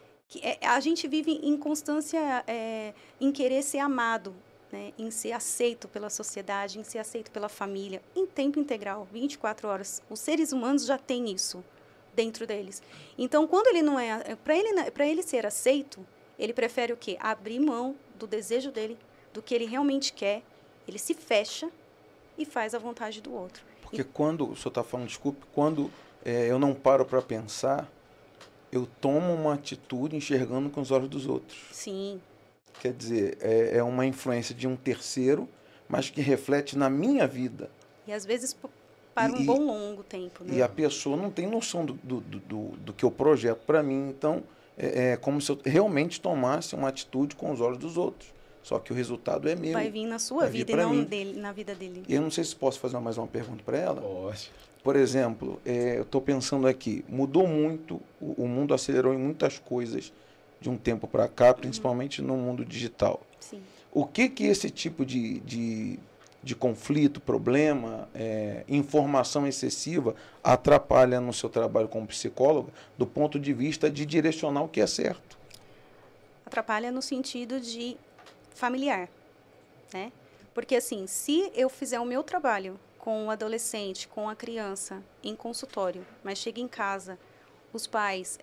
A gente vive em constância em querer ser amado, né? Em ser aceito pela sociedade, em ser aceito pela família, em tempo integral, 24 horas. Os seres humanos já têm isso dentro deles. Então, quando ele não é... Para ele ser aceito, ele prefere o quê? Abrir mão do desejo dele, do que ele realmente quer, ele se fecha e faz a vontade do outro. Porque quando, o senhor está falando, desculpe, quando eu não paro para pensar, eu tomo uma atitude enxergando com os olhos dos outros. Sim. Quer dizer, é uma influência de um terceiro, mas que reflete na minha vida. E às vezes para um bom longo tempo. Né? E a pessoa não tem noção do que eu projeto para mim. Então, é como se eu realmente tomasse uma atitude com os olhos dos outros. Só que o resultado é meu. Vai vir na sua vida e não na vida dele. E eu não sei se posso fazer mais uma pergunta para ela. Pode. Por exemplo, eu estou pensando aqui, mudou muito, o mundo acelerou em muitas coisas de um tempo para cá, principalmente no mundo digital. Sim. O que esse tipo de conflito, problema, informação excessiva atrapalha no seu trabalho como psicóloga, do ponto de vista de direcionar o que é certo? Atrapalha no sentido de familiar, né? Porque assim, se eu fizer o meu trabalho com o adolescente, com a criança, em consultório, mas chega em casa, os pais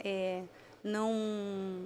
não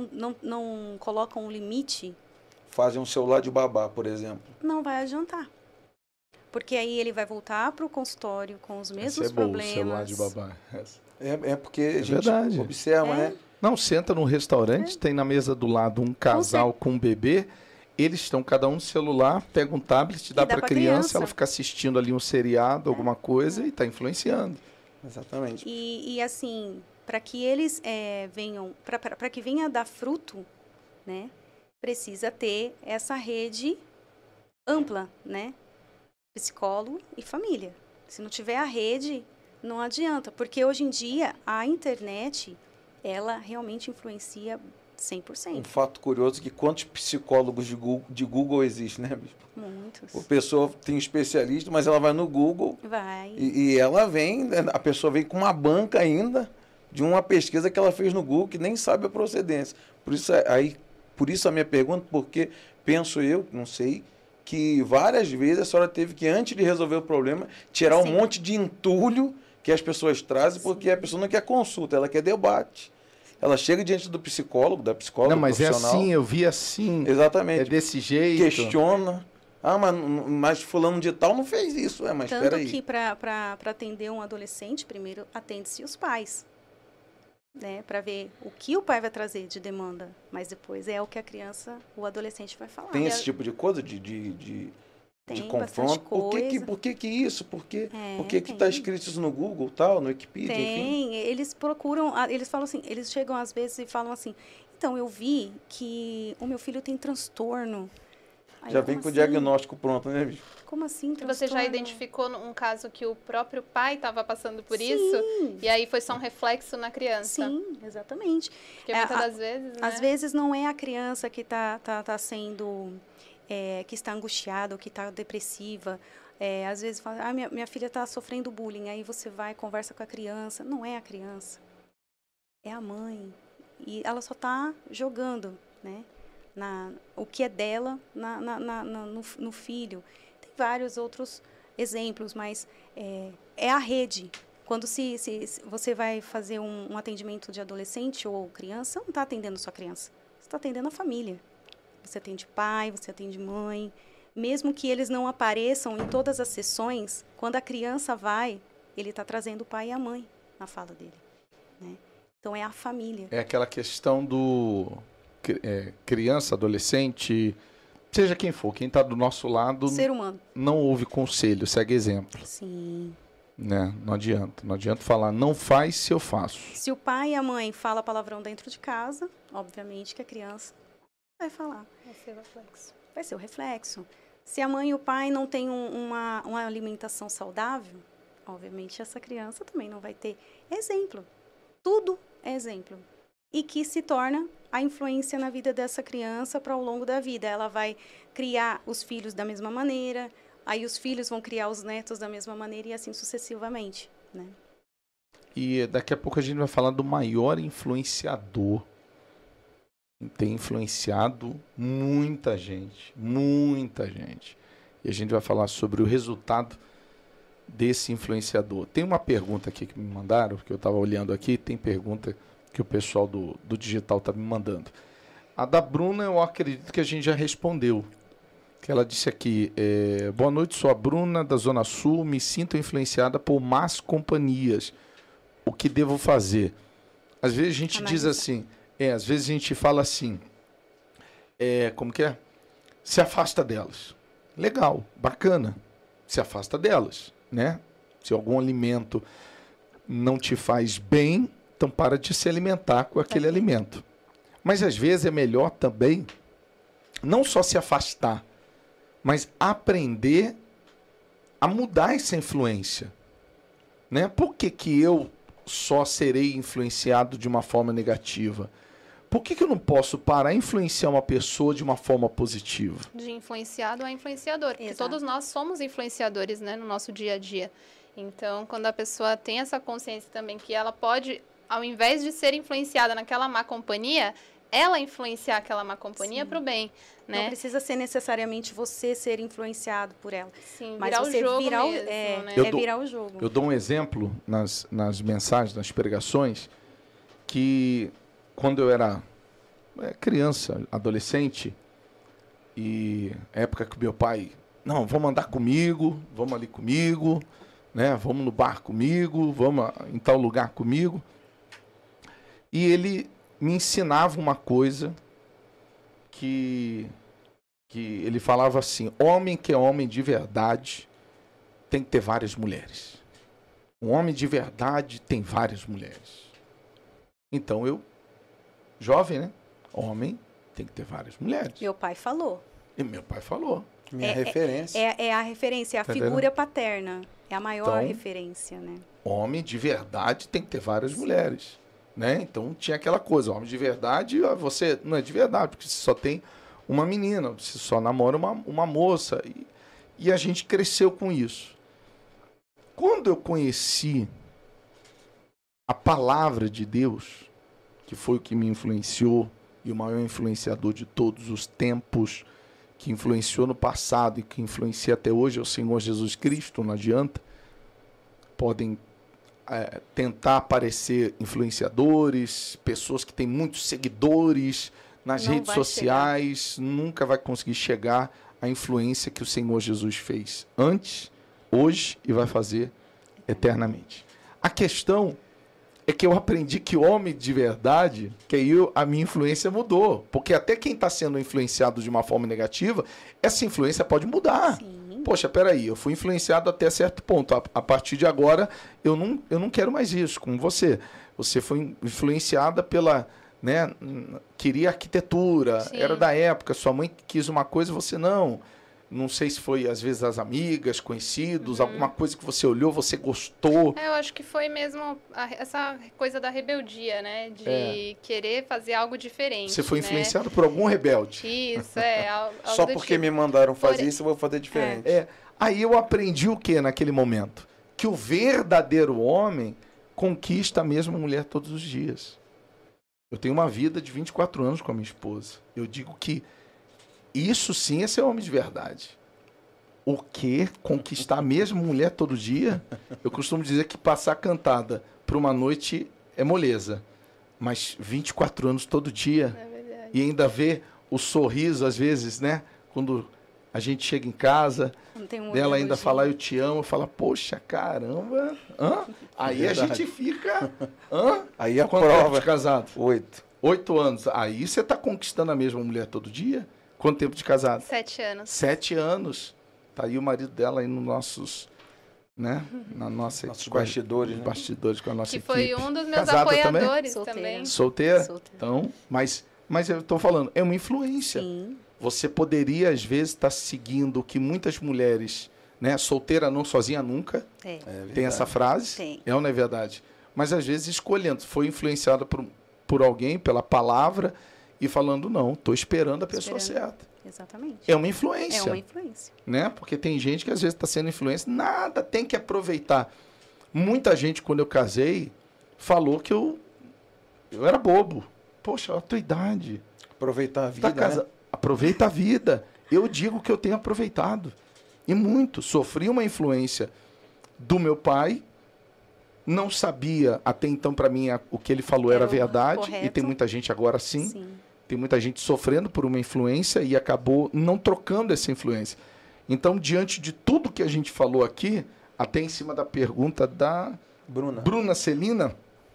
colocam um limite. Fazem um celular de babá, por exemplo. Não vai adiantar. Porque aí ele vai voltar para o consultório com os mesmos problemas. Celular de babá. Porque a gente verdade. observa, né? Não, senta num restaurante, tem na mesa do lado um casal com um bebê. Eles estão cada um no celular, pega um tablet, dá para a criança, ela fica assistindo ali um seriado, alguma coisa, e está influenciando. Exatamente. E assim, para que eles venham, para que venha a dar fruto, né, precisa ter essa rede ampla, né, psicólogo e família. Se não tiver a rede, não adianta, porque hoje em dia a internet, ela realmente influencia 100%. Um fato curioso é que quantos psicólogos de Google existem, né, Bispo? Muitos. A pessoa tem especialista, mas ela vai no Google. Vai. E ela vem, a pessoa vem com uma banca ainda de uma pesquisa que ela fez no Google que nem sabe a procedência. Por isso a minha pergunta, porque penso eu, não sei, que várias vezes a senhora teve que, antes de resolver o problema, tirar um monte de entulho que as pessoas trazem, porque a pessoa não quer consulta, ela quer debate. Ela chega diante do psicólogo, da psicóloga não, mas profissional. É assim, eu vi assim. Exatamente. É desse jeito. Questiona. Mas fulano de tal não fez isso. Mas tanto peraí. Que para atender um adolescente, primeiro atende-se os pais. Né, para ver o que o pai vai trazer de demanda. Mas depois é o que a criança, o adolescente vai falar. Tem esse tipo de coisa de confronto? Por que isso? Por que está escrito isso no Google, tal, no Wikipedia, enfim? Eles procuram, eles falam assim, eles chegam às vezes e falam assim, então, eu vi que o meu filho tem transtorno. Aí, já vem com o diagnóstico pronto, né, bicho? Como assim, transtorno? Você já identificou um caso que o próprio pai estava passando por isso? E aí foi só um reflexo na criança? Sim, exatamente. Porque muitas das vezes, né? Às vezes não é a criança que tá sendo... que está angustiada ou que está depressiva. Às vezes fala, minha filha está sofrendo bullying. Aí você vai, conversa com a criança. Não é a criança, é a mãe. E ela só está jogando, né, o que é dela no filho. Tem vários outros exemplos, mas é a rede. Quando se você vai fazer um atendimento de adolescente ou criança, não está atendendo só a criança, você está atendendo a família. Você atende pai, você atende mãe. Mesmo que eles não apareçam em todas as sessões, quando a criança vai, ele está trazendo o pai e a mãe na fala dele, né? Então, é a família. É aquela questão do criança, adolescente, seja quem for, quem está do nosso lado... Ser humano. Não ouve conselho, segue exemplo. Sim. Né? Não adianta falar, não faz se eu faço. Se o pai e a mãe falam palavrão dentro de casa, obviamente que a criança vai falar. Vai ser o reflexo. Vai ser o reflexo. Se a mãe e o pai não têm uma alimentação saudável, obviamente essa criança também não vai ter exemplo. Tudo é exemplo. E que se torna a influência na vida dessa criança para ao longo da vida. Ela vai criar os filhos da mesma maneira, aí os filhos vão criar os netos da mesma maneira e assim sucessivamente, né? E daqui a pouco a gente vai falar do maior influenciador. Tem influenciado muita gente. E a gente vai falar sobre o resultado desse influenciador. Tem uma pergunta aqui que me mandaram, que eu estava olhando aqui, tem pergunta que o pessoal do digital está me mandando. A da Bruna, eu acredito que a gente já respondeu. Que ela disse aqui, boa noite, sou a Bruna da Zona Sul, me sinto influenciada por más companhias. O que devo fazer? Às vezes a gente diz assim, às vezes a gente fala assim, como que é? Se afasta delas. Legal, bacana, se afasta delas, né? Se algum alimento não te faz bem, então para de se alimentar com aquele alimento. Mas às vezes é melhor também não só se afastar, mas aprender a mudar essa influência, né? Por que eu só serei influenciado de uma forma negativa? Por que eu não posso parar e influenciar uma pessoa de uma forma positiva? De influenciado a influenciador. Porque todos nós somos influenciadores, né, no nosso dia a dia. Então, quando a pessoa tem essa consciência também que ela pode, ao invés de ser influenciada naquela má companhia, ela influenciar aquela má companhia para o bem, né? Não precisa ser necessariamente você ser influenciado por ela. Sim, mas virar você o jogo virar mesmo, né? Virar o jogo. Eu dou um exemplo nas mensagens, nas pregações, que quando eu era criança, adolescente, e época que meu pai, não, vamos andar comigo, vamos ali comigo, né? Vamos no bar comigo, vamos em tal lugar comigo. E ele me ensinava uma coisa que ele falava assim, homem que é homem de verdade tem que ter várias mulheres. Um homem de verdade tem várias mulheres. Então eu, jovem, né? Homem tem que ter várias mulheres. Meu pai falou. E meu pai falou. Minha referência. É a referência, é a figura paterna. É a maior referência, né? Homem de verdade tem que ter várias mulheres. Né? Então tinha aquela coisa, homem de verdade, você não é de verdade, porque você só tem uma menina, você só namora uma moça. E a gente cresceu com isso. Quando eu conheci a palavra de Deus, que foi o que me influenciou, e o maior influenciador de todos os tempos, que influenciou no passado e que influencia até hoje, é o Senhor Jesus Cristo, não adianta. Podem tentar aparecer influenciadores, pessoas que têm muitos seguidores nas redes sociais, nunca vai conseguir chegar à influência que o Senhor Jesus fez antes, hoje e vai fazer eternamente. A questão é que eu aprendi que homem de verdade, que aí a minha influência mudou, porque até quem está sendo influenciado de uma forma negativa, essa influência pode mudar. Sim. Poxa, peraí, eu fui influenciado até certo ponto. A partir de agora, eu não quero mais isso com você. Você foi influenciada pela... né, queria arquitetura, sim, era da época, sua mãe quis uma coisa, você não. Não sei se foi, às vezes, as amigas, conhecidos, alguma coisa que você olhou, você gostou. Eu acho que foi mesmo essa coisa da rebeldia, né? De querer fazer algo diferente. Você foi influenciado por algum rebelde. Isso, algo só porque me mandaram fazer isso, eu vou fazer diferente. Aí eu aprendi o que naquele momento? Que o verdadeiro homem conquista a mesma mulher todos os dias. Eu tenho uma vida de 24 anos com a minha esposa. Eu digo que isso sim é ser homem de verdade. O que? Conquistar a mesma mulher todo dia? Eu costumo dizer que passar cantada por uma noite é moleza. Mas 24 anos todo dia. É verdade. E ainda ver o sorriso, às vezes, né? Quando a gente chega em casa, dela ainda falar eu te amo, fala, poxa, caramba. Hã? Aí Verdade. a gente fica... Hã? Aí a Quanto prova... tempo de casado? 8. 8 anos. Aí você está conquistando a mesma mulher todo dia? Quanto tempo de casado? 7 anos. 7 anos. Tá aí o marido dela aí nos nossos, né? Na nossa Nossos bastidores, né? bastidores com a nossa Que equipe. foi um dos meus Casada apoiadores Solteira. também. Solteira? Solteira. Então, mas eu estou falando, é uma influência. Sim. Você poderia, às vezes, estar seguindo o que muitas mulheres, né? Solteira não, sozinha nunca. É. É verdade. Tem essa frase? Tem. É ou não é verdade? Mas, às vezes, escolhendo. Foi influenciada por alguém, pela palavra, e falando, não, estou esperando a pessoa certa. Exatamente. É uma influência. É uma influência. Né? Porque tem gente que às vezes está sendo influência, nada, tem que aproveitar. Muita gente, quando eu casei, falou que eu era bobo. Poxa, a tua idade. Aproveitar a vida, né? Aproveita a vida. Eu digo que eu tenho aproveitado. E muito. Sofri uma influência do meu pai, não sabia, até então, para mim, o que ele falou era verdade. Correto. E tem muita gente agora sim. Sim. Tem muita gente sofrendo por uma influência e acabou não trocando essa influência. Então, diante de tudo que a gente falou aqui, até em cima da pergunta da Bruna Celina,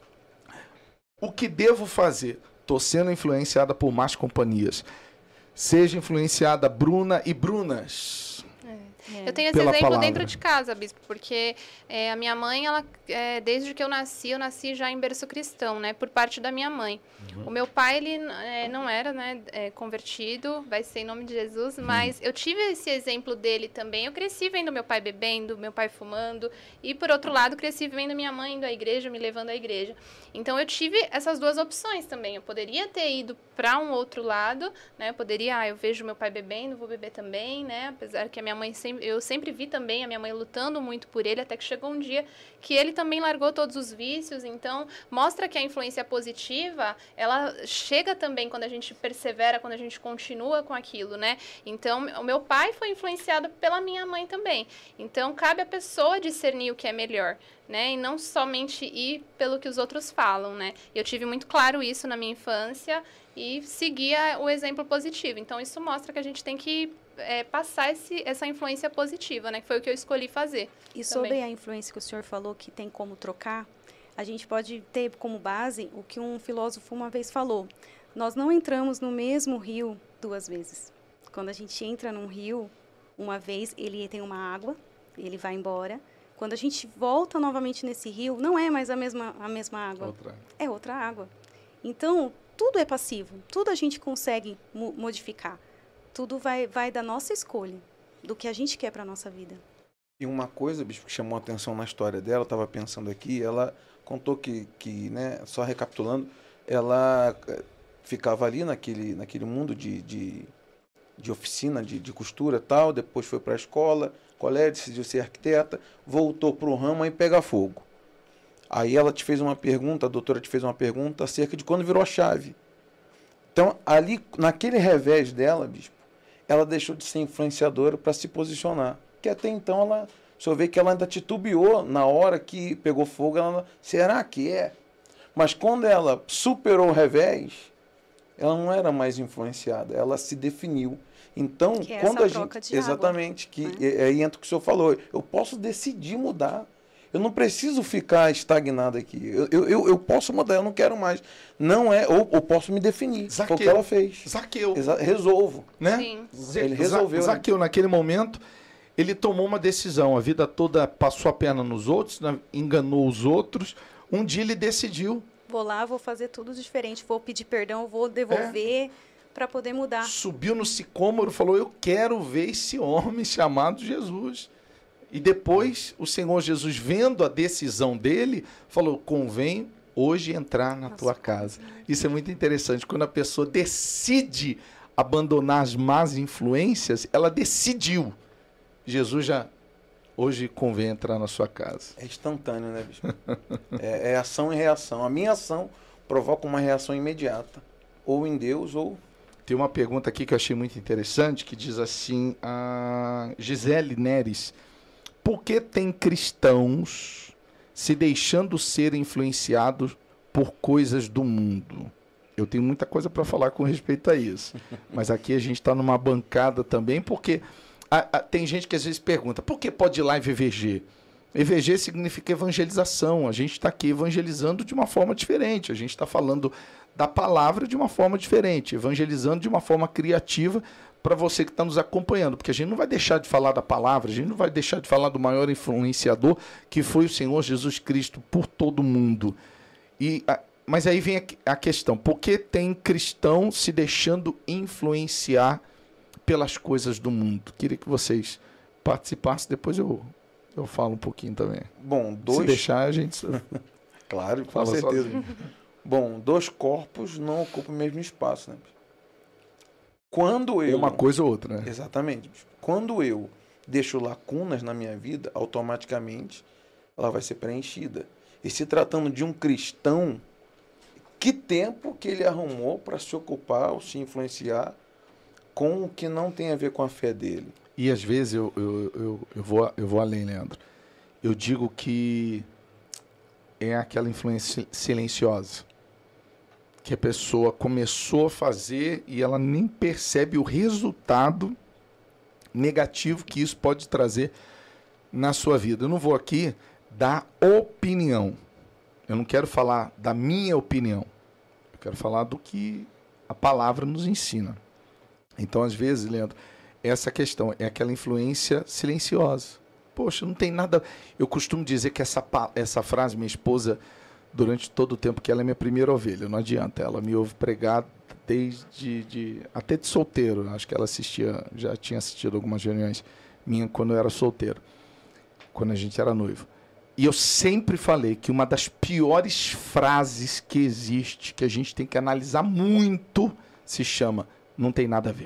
o que devo fazer? Estou sendo influenciada por más companhias. Seja influenciada Bruna e Brunas. É. Eu tenho esse Pela exemplo palavra. dentro de casa, Bispo, porque a minha mãe, ela, desde que eu nasci já em berço cristão, né, por parte da minha mãe. O meu pai, ele não era, né, convertido, vai ser em nome de Jesus, mas eu tive esse exemplo dele também. Eu cresci vendo meu pai bebendo, meu pai fumando, e por outro lado, cresci vendo minha mãe indo à igreja, me levando à igreja. Então, eu tive essas duas opções também. Eu poderia ter ido para um outro lado, né, eu poderia, eu vejo meu pai bebendo, vou beber também, né, apesar que a minha mãe eu sempre vi também a minha mãe lutando muito por ele, até que chegou um dia que ele também largou todos os vícios. Então, mostra que a influência positiva, ela chega também quando a gente persevera, quando a gente continua com aquilo, né? Então, o meu pai foi influenciado pela minha mãe também. Então, cabe à pessoa discernir o que é melhor, né? E não somente ir pelo que os outros falam, né? Eu tive muito claro isso na minha infância e seguia o exemplo positivo. Então, isso mostra que a gente tem que passar essa influência positiva, né? Que foi o que eu escolhi fazer. E sobre a influência que o senhor falou, que tem como trocar, a gente pode ter como base o que um filósofo uma vez falou. Nós não entramos no mesmo rio 2 vezes. Quando a gente entra num rio, uma vez, ele tem uma água, ele vai embora. Quando a gente volta novamente nesse rio, não é mais a mesma água. É outra água. Então, tudo é passivo. Tudo a gente consegue modificar. Tudo vai da nossa escolha, do que a gente quer para a nossa vida. E uma coisa, Bispo, que chamou a atenção na história dela, eu estava pensando aqui, ela contou que, né, só recapitulando, ela ficava ali naquele mundo de oficina, de costura e tal, depois foi para a escola, colégio, decidiu ser arquiteta, voltou para o ramo e pega fogo. Aí ela te fez uma pergunta, a doutora te fez uma pergunta acerca de quando virou a chave. Então, ali, naquele revés dela, Bispo, ela deixou de ser influenciadora para se posicionar. Que até então, o senhor vê que ela ainda titubeou na hora que pegou fogo. Será que é? Mas quando ela superou o revés, ela não era mais influenciada. Ela se definiu. Então, que quando essa a troca gente... de Exatamente. água, Que aí entra o que o senhor falou. Eu posso decidir mudar. Eu não preciso ficar estagnado aqui. Eu posso mudar, eu não quero mais. Não é, ou posso me definir. Zaqueu. Foi o que ela fez. Zaqueu. Resolvo. Né? Sim. Ele resolveu. Zaqueu, naquele momento, ele tomou uma decisão. A vida toda passou a perna nos outros, enganou os outros. Um dia ele decidiu. Vou lá, vou fazer tudo diferente. Vou pedir perdão, vou devolver para poder mudar. Subiu no sicômoro e falou, eu quero ver esse homem chamado Jesus. E depois, o Senhor Jesus, vendo a decisão dele, falou, convém hoje entrar na tua casa. Isso é muito interessante. Quando a pessoa decide abandonar as más influências, ela decidiu. Jesus já, hoje convém entrar na sua casa. É instantâneo, né, Bispo? É ação e reação. A minha ação provoca uma reação imediata, ou em Deus, ou... Tem uma pergunta aqui que eu achei muito interessante, que diz assim, a Gisele Neres, por que tem cristãos se deixando ser influenciados por coisas do mundo? Eu tenho muita coisa para falar com respeito a isso, mas aqui a gente está numa bancada também, porque tem gente que às vezes pergunta, por que pode ir lá em VVG? EVG significa evangelização, a gente está aqui evangelizando de uma forma diferente, a gente está falando da palavra de uma forma diferente, evangelizando de uma forma criativa para você que está nos acompanhando, porque a gente não vai deixar de falar da palavra, a gente não vai deixar de falar do maior influenciador que foi o Senhor Jesus Cristo por todo mundo. Mas aí vem a questão, por que tem cristão se deixando influenciar pelas coisas do mundo? Queria que vocês participassem, depois eu falo um pouquinho também. Bom, se deixar, a gente... Claro, com certeza. Bom, 2 corpos não ocupam o mesmo espaço, né? Quando eu... Uma coisa ou outra, né? Exatamente. Quando eu deixo lacunas na minha vida, automaticamente ela vai ser preenchida. E se tratando de um cristão, que tempo que ele arrumou para se ocupar ou se influenciar com o que não tem a ver com a fé dele? E às vezes eu vou além, Leandro. Eu digo que é aquela influência silenciosa, que a pessoa começou a fazer e ela nem percebe o resultado negativo que isso pode trazer na sua vida. Eu não vou aqui dar opinião. Eu não quero falar da minha opinião. Eu quero falar do que a palavra nos ensina. Então, às vezes, Leandro, essa questão é aquela influência silenciosa. Poxa, não tem nada... Eu costumo dizer que essa frase, minha esposa, durante todo o tempo que ela é minha primeira ovelha, não adianta, ela me ouve pregar até de solteiro. Acho que ela já tinha assistido algumas reuniões minhas quando eu era solteiro, quando a gente era noivo. E eu sempre falei que uma das piores frases que existe, que a gente tem que analisar muito, se chama "não tem nada a ver".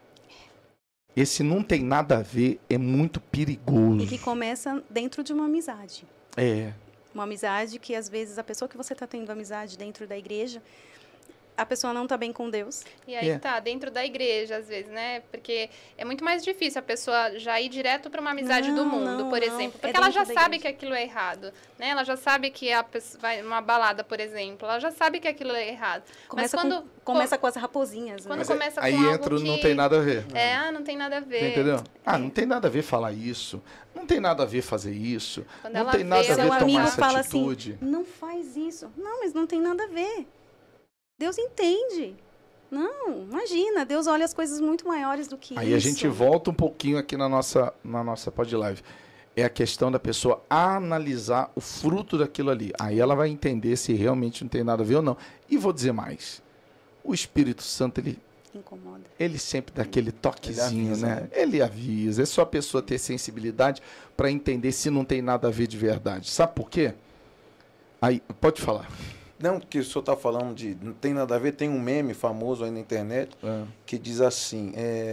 Esse "não tem nada a ver" é muito perigoso. E que começa dentro de uma amizade. É. Uma amizade que, às vezes, a pessoa que você está tendo amizade dentro da igreja, a pessoa não está bem com Deus. E aí tá, dentro da igreja, às vezes, né? Porque é muito mais difícil a pessoa já ir direto para uma amizade do mundo, por exemplo. Porque ela já sabe que aquilo é errado, né? Ela já sabe que a pessoa vai numa balada, por exemplo. Ela já sabe que aquilo é errado. Mas quando... Começa com as raposinhas. Quando né? começa aí com algo entra o que... não tem nada a ver. Não tem nada a ver. Entendeu? Não tem nada a ver falar isso. Não tem nada a ver fazer isso. Quando não tem nada a ver seu tomar amigo essa fala atitude. Assim, não faz isso. Não, mas não tem nada a ver. Deus entende. Não, imagina, Deus olha as coisas muito maiores do que isso. Aí a gente volta um pouquinho aqui na nossa pod live. É a questão da pessoa analisar o fruto daquilo ali. Aí ela vai entender se realmente não tem nada a ver ou não. E vou dizer mais. O Espírito Santo, ele incomoda. Ele sempre dá aquele toquezinho, avisa, né? Ele avisa. É só a pessoa ter sensibilidade para entender se não tem nada a ver de verdade. Sabe por quê? Aí, pode falar. Não, porque o senhor está falando de... Não tem nada a ver. Tem um meme famoso aí na internet que diz assim...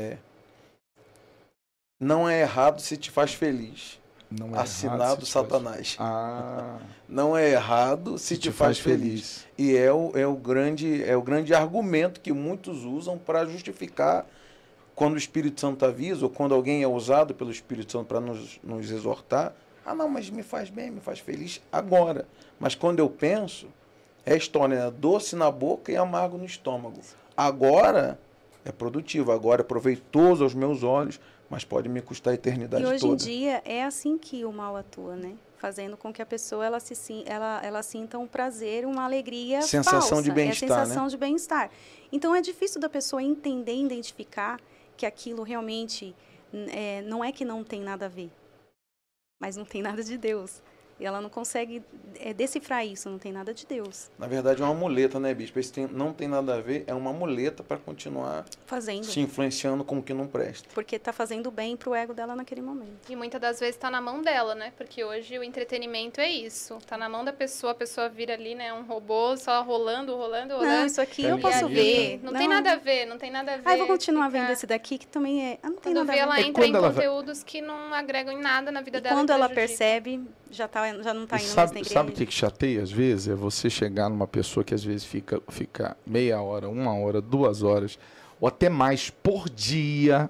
não é errado se te faz feliz. Não é assinado Satanás. Não é errado se te faz feliz. E é o grande argumento que muitos usam para justificar quando o Espírito Santo avisa, ou quando alguém é usado pelo Espírito Santo para nos exortar. Não, mas me faz bem, me faz feliz agora. Mas quando eu penso, é a história, né? Doce na boca e amargo no estômago. Agora é produtivo, agora é proveitoso aos meus olhos, mas pode me custar a eternidade toda. E hoje em dia é assim que o mal atua, né? Fazendo com que a pessoa ela sinta um prazer, uma alegria sensação falsa. De bem-estar, sensação de bem-estar. Então é difícil da pessoa entender, identificar que aquilo realmente não é que não tem nada a ver, mas não tem nada de Deus. E ela não consegue decifrar isso, não tem nada de Deus. Na verdade é uma muleta, né, bispo? Esse não tem nada a ver, é uma muleta para continuar fazendo, se influenciando com o que não presta. Porque está fazendo bem pro ego dela naquele momento. E muitas das vezes está na mão dela, né? Porque hoje o entretenimento é isso. Está na mão da pessoa, a pessoa vira ali, né? Um robô só rolando. Não, isso aqui eu posso ver. Não tem nada a ver, não tem nada a ver. Eu vou continuar vendo esse daqui que também não tem nada a ver. Quando ela entra em conteúdos que não agregam em nada na vida dela. Quando ela percebe, já está já não está indo mais sabe, na igreja. sabe o que chateia às vezes? É você chegar numa pessoa que às vezes fica meia hora, 1 hora, 2 horas, ou até mais por dia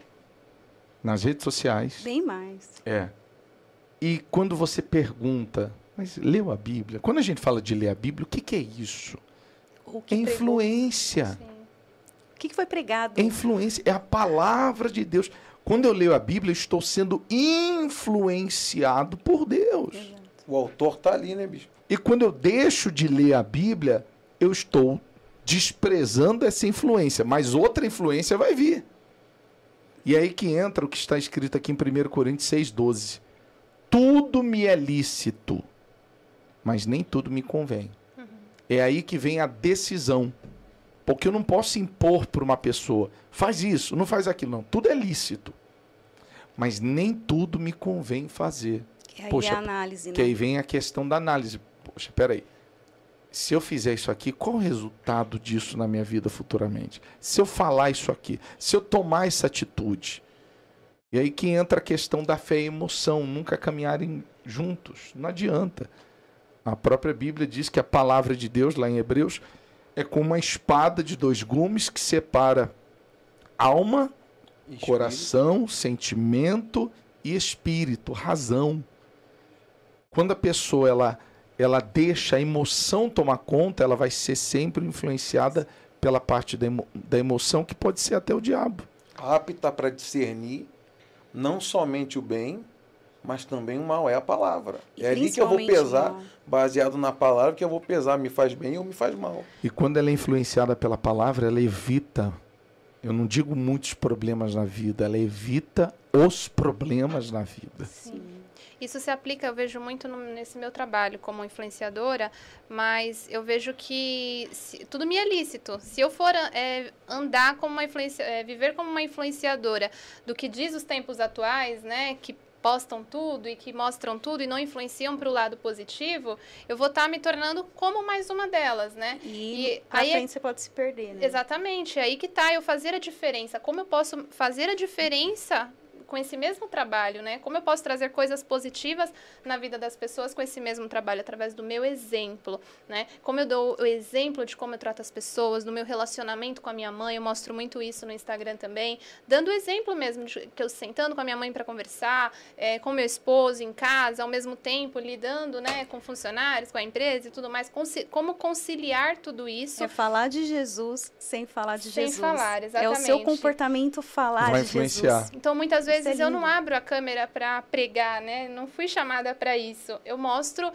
nas redes sociais. Bem mais. É. E quando você pergunta, mas leu a Bíblia? Quando a gente fala de ler a Bíblia, o que é isso? O É que pregou. influência. Sim. O que foi pregado? É influência, é a palavra de Deus. Quando eu leio a Bíblia, eu estou sendo influenciado por Deus. Exato. O autor está ali, né, bispo? E quando eu deixo de ler a Bíblia, eu estou desprezando essa influência, mas outra influência vai vir. E aí que entra o que está escrito aqui em 1 Coríntios 6,12. Tudo me é lícito, mas nem tudo me convém. É aí que vem a decisão. Porque eu não posso impor para uma pessoa, faz isso, não faz aquilo, não. Tudo é lícito. Mas nem tudo me convém fazer. Que aí Poxa, é a análise, né? Que aí vem a questão da análise. Poxa, peraí. Se eu fizer isso aqui, qual o resultado disso na minha vida futuramente? Se eu falar isso aqui, se eu tomar essa atitude. E aí que entra a questão da fé e emoção, nunca caminharem juntos. Não adianta. A própria Bíblia diz que a palavra de Deus, lá em Hebreus, é como uma espada de 2 gumes que separa alma, Espírito. coração, sentimento e espírito, razão. Quando a pessoa ela deixa a emoção tomar conta, ela vai ser sempre influenciada pela parte da emoção, que pode ser até o diabo. Apta para discernir não somente o bem, mas também o mal. É a palavra. E É ali que eu vou principalmente pesar, o mal. baseado na palavra, que eu vou pesar, me faz bem ou me faz mal. E quando ela é influenciada pela palavra, ela evita, eu não digo muitos problemas na vida, ela evita os problemas na vida. Sim. Isso se aplica, eu vejo muito nesse meu trabalho como influenciadora, mas eu vejo que tudo me é lícito. Se eu for andar como uma viver como uma influenciadora do que diz os tempos atuais, né, que postam tudo e que mostram tudo e não influenciam para o lado positivo, eu vou estar me tornando como mais uma delas, né? E pra aí frente você pode se perder, né? Exatamente, é aí que tá eu fazer a diferença. Como eu posso fazer a diferença com esse mesmo trabalho, né? Como eu posso trazer coisas positivas na vida das pessoas com esse mesmo trabalho, através do meu exemplo, né? Como eu dou o exemplo de como eu trato as pessoas, do meu relacionamento com a minha mãe, eu mostro muito isso no Instagram também, dando o exemplo mesmo, de que eu sentando com a minha mãe para conversar, com meu esposo em casa, ao mesmo tempo lidando, né, com funcionários, com a empresa e tudo mais, como conciliar tudo isso. É falar de Jesus sem falar de Sem Jesus. falar, É o exatamente. seu comportamento falar Vai de influenciar. Jesus. Então, muitas vezes Isso é eu não lindo. abro a câmera para pregar, né? Não fui chamada para isso. Eu mostro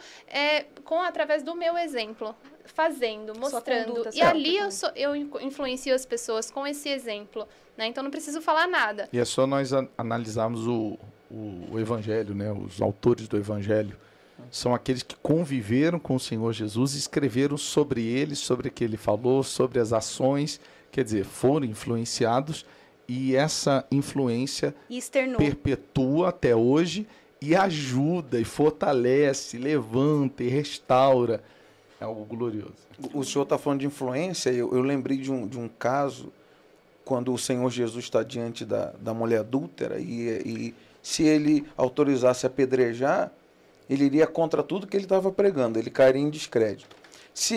através do meu exemplo, fazendo, mostrando. conduta, E sua ali conduta. eu influencio as pessoas com esse exemplo, né? Então, não preciso falar nada. E é só nós analisarmos o Evangelho, né? Os autores do Evangelho são aqueles que conviveram com o Senhor Jesus e escreveram sobre ele, sobre o que ele falou, sobre as ações, quer dizer, foram influenciados e essa influência E externou. perpetua até hoje e ajuda, e fortalece, levanta e restaura. É algo glorioso. O senhor está falando de influência, eu lembrei de um caso, quando o Senhor Jesus está diante da mulher adúltera, e se ele autorizasse apedrejar, ele iria contra tudo que ele estava pregando, ele cairia em descrédito. Se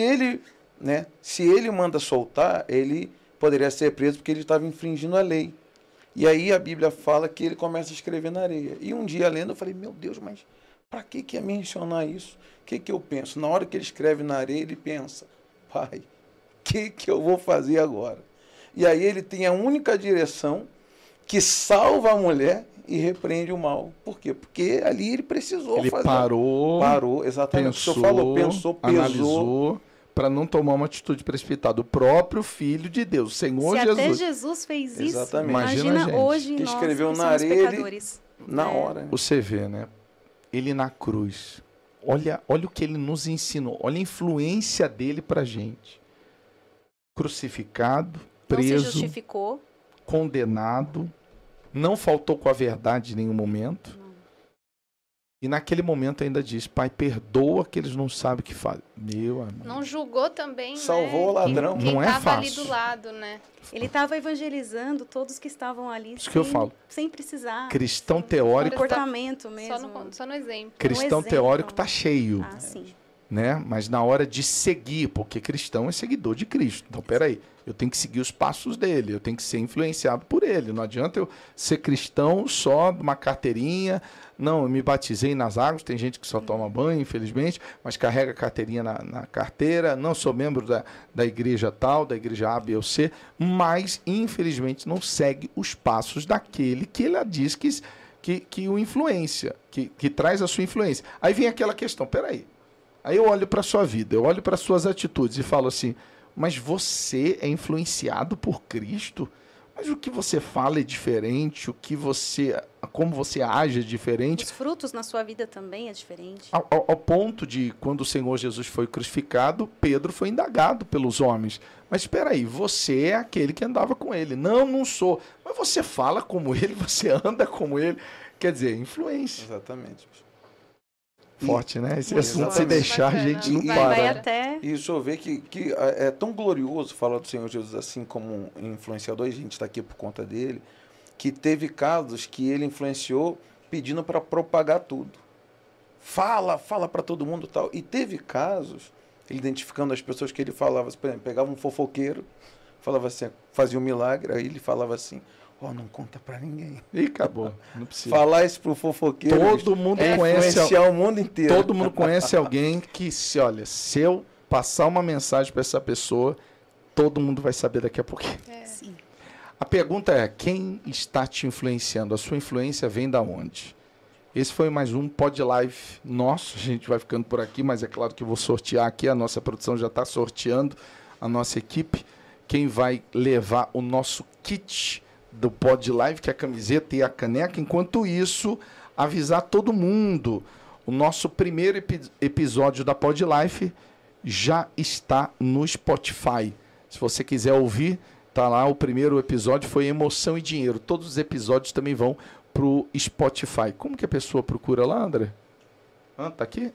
ele manda soltar, ele poderia ser preso porque ele estava infringindo a lei. E aí a Bíblia fala que ele começa a escrever na areia. E um dia lendo eu falei, meu Deus, mas para que é mencionar isso? O que eu penso? Na hora que ele escreve na areia, ele pensa, pai, o que eu vou fazer agora? E aí ele tem a única direção que salva a mulher e repreende o mal. Por quê? Porque ali ele precisou Ele fazer. parou, Exatamente. pensou, O senhor falou, pensou, pesou. analisou, para não tomar uma atitude precipitada. O próprio Filho de Deus, o Senhor Se Jesus. até Jesus fez isso, Exatamente. Imagina imagina a gente, hoje que nós escreveu que na somos areia, pecadores. Na hora. Né? Você vê, né? Ele na cruz. Olha o que ele nos ensinou. Olha a influência dele para a gente. Crucificado, Não se preso, justificou. condenado, não faltou com a verdade em nenhum momento. E naquele momento ainda diz, Pai, perdoa que eles não sabem o que fazem. Meu amigo. Não julgou também, Salvou o ladrão. Quem Não é estava ali fácil. do lado, né? Ele estava evangelizando todos que estavam ali Isso que eu falo. sem precisar. Cristão teórico, Comportamento mesmo. Só no exemplo. cristão exemplo. teórico está cheio. Ah, sim. Né? Mas na hora de seguir, porque cristão é seguidor de Cristo. Então, peraí, eu tenho que seguir os passos dele, eu tenho que ser influenciado por ele. Não adianta eu ser cristão só de uma carteirinha. Não, eu me batizei nas águas, tem gente que só toma banho, infelizmente, mas carrega a carteirinha na carteira. Não sou membro da igreja tal, da igreja A, B ou C, mas, infelizmente, não segue os passos daquele que ele diz que o influencia, que traz a sua influência. Aí vem aquela questão, peraí. Aí eu olho para a sua vida, eu olho para as suas atitudes e falo assim, mas você é influenciado por Cristo? Mas o que você fala é diferente, como você age é diferente. Os frutos na sua vida também é diferente. Ao ponto de, quando o Senhor Jesus foi crucificado, Pedro foi indagado pelos homens. Mas espera aí, você é aquele que andava com ele. Não, não sou. Mas você fala como ele, você anda como ele. Quer dizer, influência. Exatamente. Forte, né? Esse Exatamente. assunto, se deixar, a gente não para. Vai né? até... E o senhor vê que é tão glorioso falar do Senhor Jesus assim como um influenciador, e a gente está aqui por conta dele, que teve casos que ele influenciou pedindo para propagar tudo. Fala para todo mundo e tal. E teve casos, ele identificando as pessoas que ele falava, por exemplo, pegava um fofoqueiro, falava assim, fazia um milagre, aí ele falava assim, não conta para ninguém. E acabou, não precisa. Falar isso pro fofoqueiro, Todo mundo conhece influenciar o mundo inteiro. Todo mundo conhece alguém que, se eu passar uma mensagem para essa pessoa, todo mundo vai saber daqui a pouquinho. Sim. A pergunta é, quem está te influenciando? A sua influência vem da onde? Esse foi mais um Pod Live nosso. A gente vai ficando por aqui, mas é claro que eu vou sortear aqui. A nossa produção já está sorteando, a nossa equipe. Quem vai levar o nosso kit do Pod Live, que é a camiseta e a caneca. Enquanto isso, avisar todo mundo. O nosso primeiro episódio da Pod Life já está no Spotify. Se você quiser ouvir, tá lá. O primeiro episódio foi Emoção e Dinheiro. Todos os episódios também vão pro Spotify. Como que a pessoa procura lá, André? Tá aqui?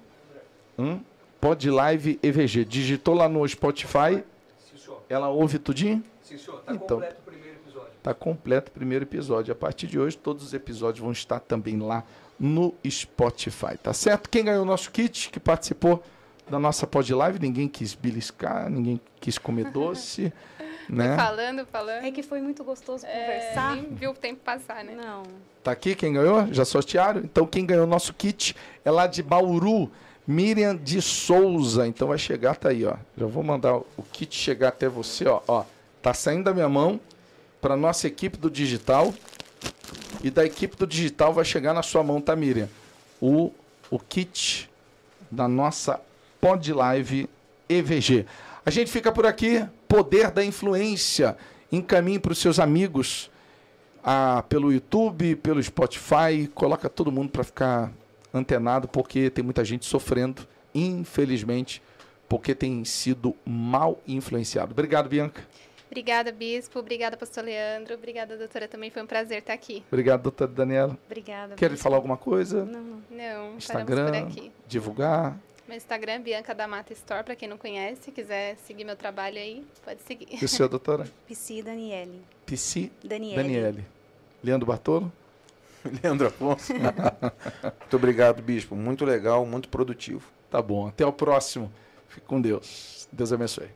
Pod Live EVG. Digitou lá no Spotify, ela ouve tudinho? Sim, senhor. Está Então, completo o primeiro episódio. Está completo o primeiro episódio. A partir de hoje, todos os episódios vão estar também lá no Spotify, tá certo? Quem ganhou o nosso kit, que participou da nossa Pod Live, ninguém quis beliscar, ninguém quis comer doce, né? Falando. É que foi muito gostoso conversar. Nem viu o tempo passar, né? Não. Tá aqui quem ganhou? Já sortearam? Então, quem ganhou o nosso kit é lá de Bauru, Miriam de Souza. Então, vai chegar, tá aí, ó. Já vou mandar o kit chegar até você, ó. Tá saindo da minha mão para nossa equipe do digital. E da equipe do digital vai chegar na sua mão, tá, Miriam? O kit da nossa Pod Live EVG. A gente fica por aqui. Poder da influência. Encaminhe para os seus amigos pelo YouTube, pelo Spotify. Coloca todo mundo para ficar antenado, porque tem muita gente sofrendo, infelizmente, porque tem sido mal influenciado. Obrigado, Bianca. Obrigada, Bispo. Obrigada, Pastor Leandro. Obrigada, doutora. Também foi um prazer estar aqui. Obrigado, doutora Daniela. Obrigada. Quer falar alguma coisa? Não. Não, Instagram, paramos por aqui. divulgar. Meu Instagram é Bianca da Mata Store, para quem não conhece. Quiser seguir meu trabalho aí, pode seguir. E o seu, doutora? Psi Daniele. Psi Daniele. Leandro Bartolo? Leandro Afonso. Muito obrigado, Bispo. Muito legal, muito produtivo. Tá bom. Até o próximo. Fique com Deus. Deus abençoe.